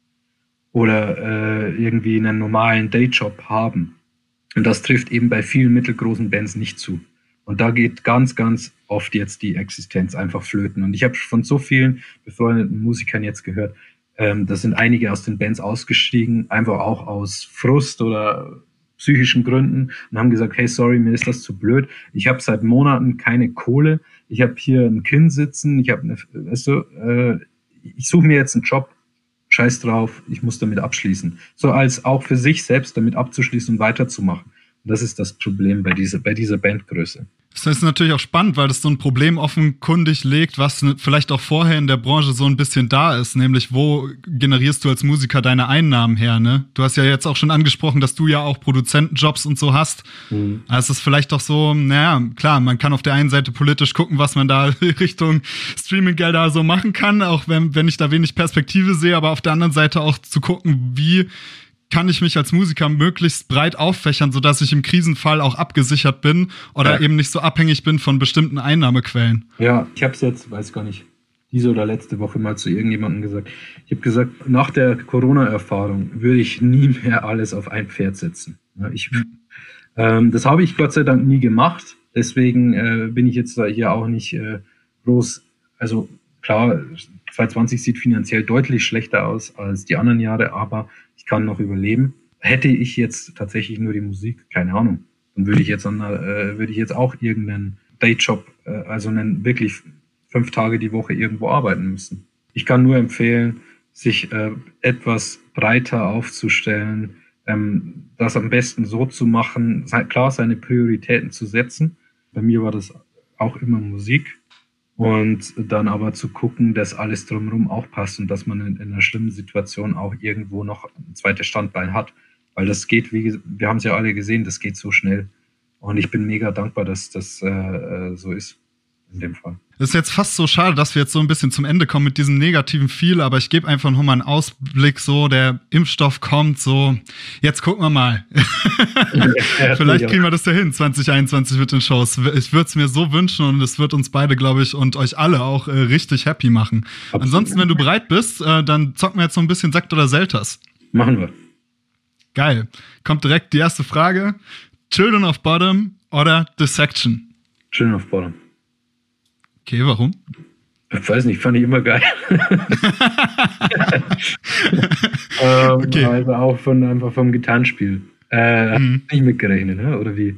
oder äh, irgendwie einen normalen Dayjob haben. Und das trifft eben bei vielen mittelgroßen Bands nicht zu. Und da geht ganz, ganz oft jetzt die Existenz einfach flöten. Und ich habe von so vielen befreundeten Musikern jetzt gehört, ähm, da sind einige aus den Bands ausgestiegen, einfach auch aus Frust oder psychischen Gründen und haben gesagt, hey, sorry, mir ist das zu blöd. Ich habe seit Monaten keine Kohle. Ich habe hier ein Kind sitzen. Ich habe eine, weißt du, äh, ich suche mir jetzt einen Job. Scheiß drauf, ich muss damit abschließen. So als auch für sich selbst damit abzuschließen und weiterzumachen. Und das ist das Problem bei dieser, bei dieser Bandgröße. Das ist natürlich auch spannend, weil das so ein Problem offenkundig legt, was vielleicht auch vorher in der Branche so ein bisschen da ist, nämlich wo generierst du als Musiker deine Einnahmen her, ne? Du hast ja jetzt auch schon angesprochen, dass du ja auch Produzentenjobs und so hast. Mhm. Also es ist vielleicht doch so, naja, klar, man kann auf der einen Seite politisch gucken, was man da Richtung Streaminggelder so machen kann, auch wenn, wenn ich da wenig Perspektive sehe, aber auf der anderen Seite auch zu gucken, wie kann ich mich als Musiker möglichst breit auffächern, sodass ich im Krisenfall auch abgesichert bin oder ja. eben nicht so abhängig bin von bestimmten Einnahmequellen. Ja, ich habe es jetzt, weiß gar nicht, diese oder letzte Woche mal zu irgendjemandem gesagt. Ich habe gesagt, nach der Corona-Erfahrung würde ich nie mehr alles auf ein Pferd setzen. Ich, mhm. ähm, das habe ich Gott sei Dank nie gemacht. Deswegen äh, bin ich jetzt da hier auch nicht äh, groß, also klar, zwanzig zwanzig sieht finanziell deutlich schlechter aus als die anderen Jahre, aber ich kann noch überleben. Hätte ich jetzt tatsächlich nur die Musik, keine Ahnung, dann würde ich jetzt an, äh, würde ich jetzt auch irgendeinen Dayjob, äh, also einen wirklich fünf Tage die Woche irgendwo arbeiten müssen. Ich kann nur empfehlen, sich äh, etwas breiter aufzustellen, ähm, das am besten so zu machen, klar seine Prioritäten zu setzen. Bei mir war das auch immer Musik. Und dann aber zu gucken, dass alles drumherum auch passt und dass man in, in einer schlimmen Situation auch irgendwo noch ein zweites Standbein hat. Weil das geht, wie wir haben es ja alle gesehen, das geht so schnell. Und ich bin mega dankbar, dass das äh, so ist in dem Fall. Es ist jetzt fast so schade, dass wir jetzt so ein bisschen zum Ende kommen mit diesem negativen Feel, aber ich gebe einfach noch mal einen Ausblick, so der Impfstoff kommt, so jetzt gucken wir mal. Ja, vielleicht kriegen wir das ja hin, zwanzig einundzwanzig mit den Shows. Ich würde es mir so wünschen und es wird uns beide, glaube ich, und euch alle auch äh, richtig happy machen. Absolut. Ansonsten, wenn du bereit bist, äh, dann zocken wir jetzt so ein bisschen Sekt oder Selters. Machen wir. Geil. Kommt direkt die erste Frage. Children of Bottom oder Dissection? Children of Bottom. Okay, warum? Ich weiß nicht, fand ich immer geil. ähm, okay. Also auch von, einfach vom Gitarrenspiel. Äh, mhm. Nicht mitgerechnet, ne? Oder wie?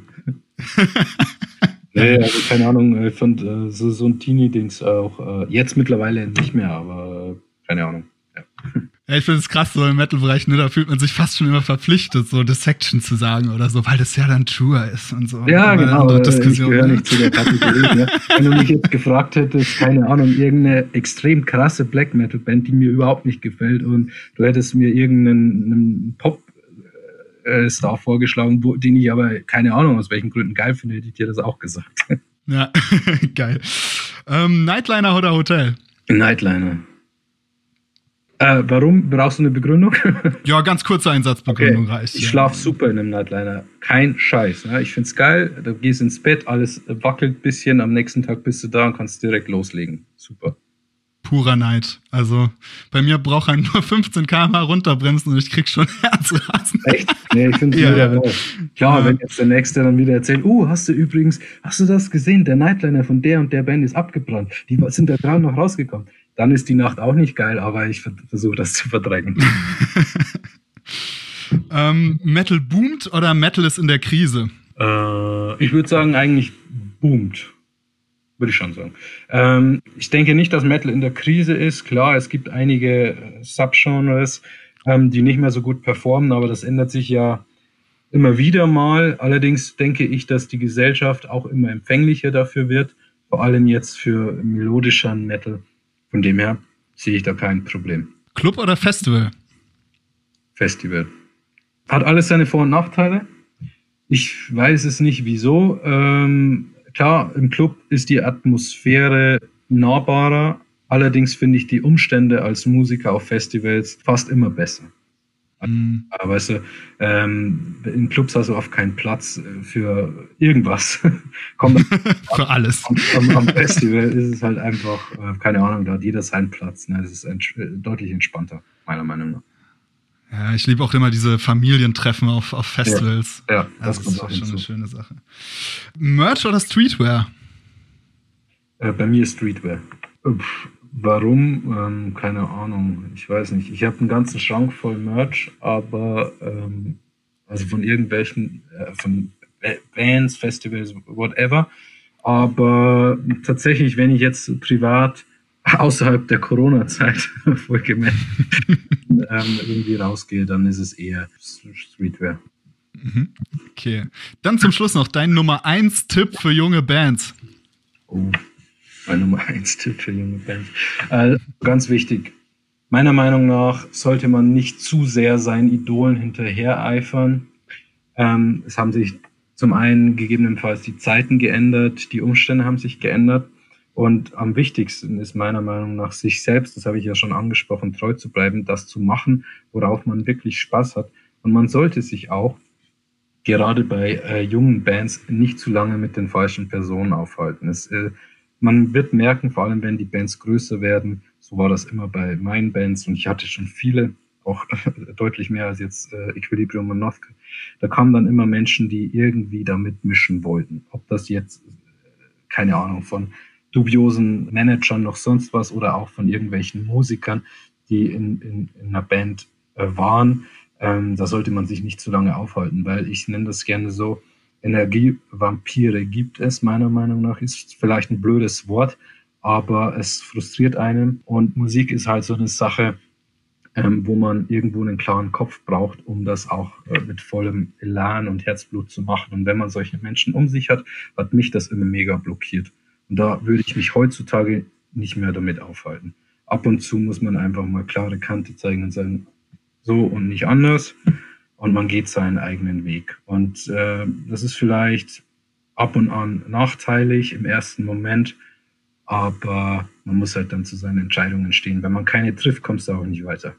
Nee, also keine Ahnung, ich fand äh, so, so ein Teenie-Dings auch, äh, jetzt mittlerweile nicht mehr, aber äh, keine Ahnung. Ja. Ja, ich finde es krass, so im Metal-Bereich, ne, da fühlt man sich fast schon immer verpflichtet, so Dissection zu sagen oder so, weil das ja dann truer ist und so. Ja, genau, ich gehöre nicht zu der Kategorie. Ja. Wenn du mich jetzt gefragt hättest, keine Ahnung, irgendeine extrem krasse Black-Metal-Band, die mir überhaupt nicht gefällt und du hättest mir irgendeinen Pop-Star vorgeschlagen, wo, den ich aber, keine Ahnung, aus welchen Gründen geil finde, hätte ich dir das auch gesagt. Ja, geil. Ähm, Nightliner oder Hotel? Nightliner. Äh, warum? Brauchst du eine Begründung? Ja, ganz kurze Einsatzbegründung okay. reicht. Ich ja. schlafe super in einem Nightliner. Kein Scheiß. Ne? Ich find's geil. Du gehst ins Bett, alles wackelt ein bisschen. Am nächsten Tag bist du da und kannst direkt loslegen. Super. Purer Neid. Also bei mir braucht er nur fünfzehn Kilometer pro Stunde runterbremsen und ich krieg schon Herzrasen. Echt? Nee, ich finde es ja, ja. Klar, ja. Wenn jetzt der Nächste dann wieder erzählt, oh, hast du übrigens, hast du das gesehen? Der Nightliner von der und der Band ist abgebrannt. Die sind da gerade noch rausgekommen. Dann ist die Nacht auch nicht geil, aber ich versuche das zu verdrängen. ähm, Metal boomt oder Metal ist in der Krise? Äh, ich würde sagen, eigentlich boomt. Würde ich schon sagen. Ähm, ich denke nicht, dass Metal in der Krise ist. Klar, es gibt einige Subgenres, ähm, die nicht mehr so gut performen, aber das ändert sich ja immer wieder mal. Allerdings denke ich, dass die Gesellschaft auch immer empfänglicher dafür wird, vor allem jetzt für melodischeren Metal. Von dem her sehe ich da kein Problem. Club oder Festival? Festival. Hat alles seine Vor- und Nachteile. Ich weiß es nicht, wieso. Ähm, klar, im Club ist die Atmosphäre nahbarer. Allerdings finde ich die Umstände als Musiker auf Festivals fast immer besser. Mhm. Aber weißt du, ähm, in Clubs hast du oft keinen Platz für irgendwas. Kommt für alles. Am, am, am Festival ist es halt einfach, äh, keine Ahnung, da hat jeder seinen Platz. Ne? Das ist ents- deutlich entspannter, meiner Meinung nach. Ja, ich liebe auch immer diese Familientreffen auf, auf Festivals. Ja, ja, das, das ist auch schon eine schöne Sache. Merch oder Streetwear? Äh, bei mir Streetwear. Pff, warum? Ähm, keine Ahnung. Ich weiß nicht. Ich habe einen ganzen Schrank voll Merch, aber ähm, also von irgendwelchen, äh, von Bands, Festivals, whatever. Aber tatsächlich, wenn ich jetzt privat außerhalb der Corona-Zeit wohlgemerkt ähm, irgendwie rausgehe, dann ist es eher Streetwear. Okay. Dann zum Schluss noch dein Nummer eins Tipp für junge Bands. Oh, mein Nummer eins Tipp für junge Bands. Äh, ganz wichtig. Meiner Meinung nach sollte man nicht zu sehr seinen Idolen hinterhereifern. Ähm, es haben sich zum einen gegebenenfalls die Zeiten geändert, die Umstände haben sich geändert. Und am wichtigsten ist meiner Meinung nach, sich selbst, das habe ich ja schon angesprochen, treu zu bleiben, das zu machen, worauf man wirklich Spaß hat. Und man sollte sich auch, gerade bei äh, jungen Bands, nicht zu lange mit den falschen Personen aufhalten. Es, äh, man wird merken, vor allem wenn die Bands größer werden, so war das immer bei meinen Bands und ich hatte schon viele, auch deutlich mehr als jetzt äh, Equilibrium und Northcote, da kamen dann immer Menschen, die irgendwie da mitmischen wollten. Ob das jetzt, äh, keine Ahnung, von dubiosen Managern noch sonst was oder auch von irgendwelchen Musikern, die in, in, in einer Band äh, waren. Ähm, da sollte man sich nicht zu lange aufhalten, weil ich nenne das gerne so, Energievampire gibt es, meiner Meinung nach, ist vielleicht ein blödes Wort, aber es frustriert einen und Musik ist halt so eine Sache, ähm, wo man irgendwo einen klaren Kopf braucht, um das auch äh, mit vollem Elan und Herzblut zu machen. Und wenn man solche Menschen um sich hat, hat mich das immer mega blockiert. Und da würde ich mich heutzutage nicht mehr damit aufhalten. Ab und zu muss man einfach mal klare Kante zeigen und sagen, so und nicht anders. Und man geht seinen eigenen Weg. Und äh, das ist vielleicht ab und an nachteilig im ersten Moment, aber man muss halt dann zu seinen Entscheidungen stehen. Wenn man keine trifft, kommst du auch nicht weiter.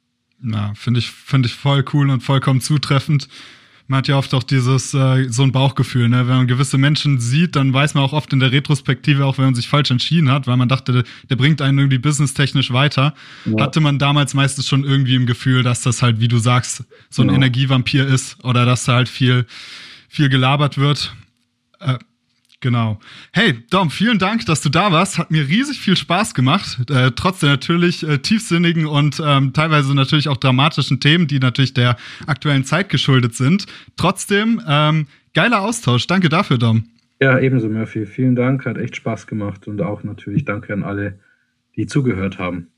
Na, finde ich, finde ich voll cool und vollkommen zutreffend. Man hat ja oft auch dieses, äh, so ein Bauchgefühl, ne? Wenn man gewisse Menschen sieht, dann weiß man auch oft in der Retrospektive, auch wenn man sich falsch entschieden hat, weil man dachte, der, der bringt einen irgendwie businesstechnisch weiter, ja. Hatte man damals meistens schon irgendwie im Gefühl, dass das halt, wie du sagst, so ein genau. Energievampir ist oder dass da halt viel, viel gelabert wird. Äh, Genau. Hey, Dom, vielen Dank, dass du da warst. Hat mir riesig viel Spaß gemacht. Äh, trotz der natürlich äh, tiefsinnigen und ähm, teilweise natürlich auch dramatischen Themen, die natürlich der aktuellen Zeit geschuldet sind. Trotzdem, ähm, geiler Austausch. Danke dafür, Dom. Ja, ebenso, Murphy. Vielen Dank. Hat echt Spaß gemacht. Und auch natürlich danke an alle, die zugehört haben.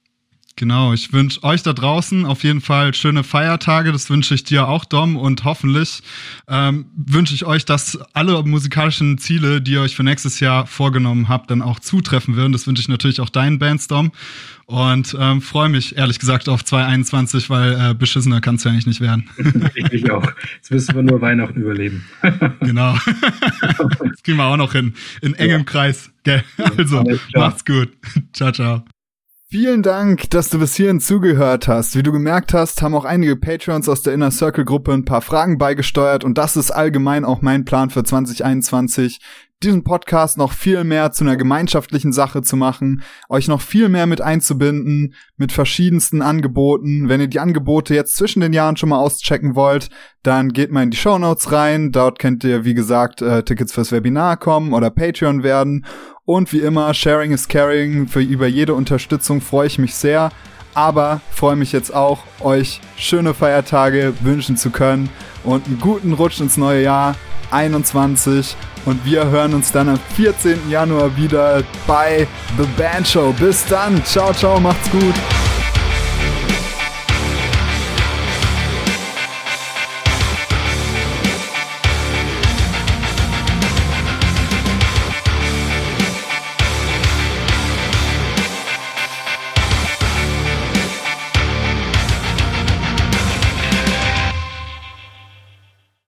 Genau, ich wünsche euch da draußen auf jeden Fall schöne Feiertage, das wünsche ich dir auch, Dom, und hoffentlich ähm, wünsche ich euch, dass alle musikalischen Ziele, die ihr euch für nächstes Jahr vorgenommen habt, dann auch zutreffen würden. Das wünsche ich natürlich auch deinen Bands, Dom, und ähm, freue mich ehrlich gesagt auf zwanzig einundzwanzig, weil äh, beschissener kann es ja eigentlich nicht werden. Ich mich auch. Jetzt müssen wir nur Weihnachten überleben. Genau. Das kriegen wir auch noch hin, in engem ja. Kreis. Gell? Also, macht's gut. Ciao, ciao. Vielen Dank, dass du bis hierhin zugehört hast. Wie du gemerkt hast, haben auch einige Patreons aus der Inner Circle Gruppe ein paar Fragen beigesteuert und das ist allgemein auch mein Plan für zwanzig einundzwanzig, diesen Podcast noch viel mehr zu einer gemeinschaftlichen Sache zu machen, euch noch viel mehr mit einzubinden, mit verschiedensten Angeboten. Wenn ihr die Angebote jetzt zwischen den Jahren schon mal auschecken wollt, dann geht mal in die Shownotes rein. Dort könnt ihr, wie gesagt, äh, Tickets fürs Webinar kommen oder Patreon werden. Und wie immer, Sharing is Caring. Für über jede Unterstützung freue ich mich sehr. Aber freue mich jetzt auch, euch schöne Feiertage wünschen zu können und einen guten Rutsch ins neue Jahr einundzwanzig. Und wir hören uns dann am vierzehnten Januar wieder bei The Band Show. Bis dann. Ciao, ciao. Macht's gut.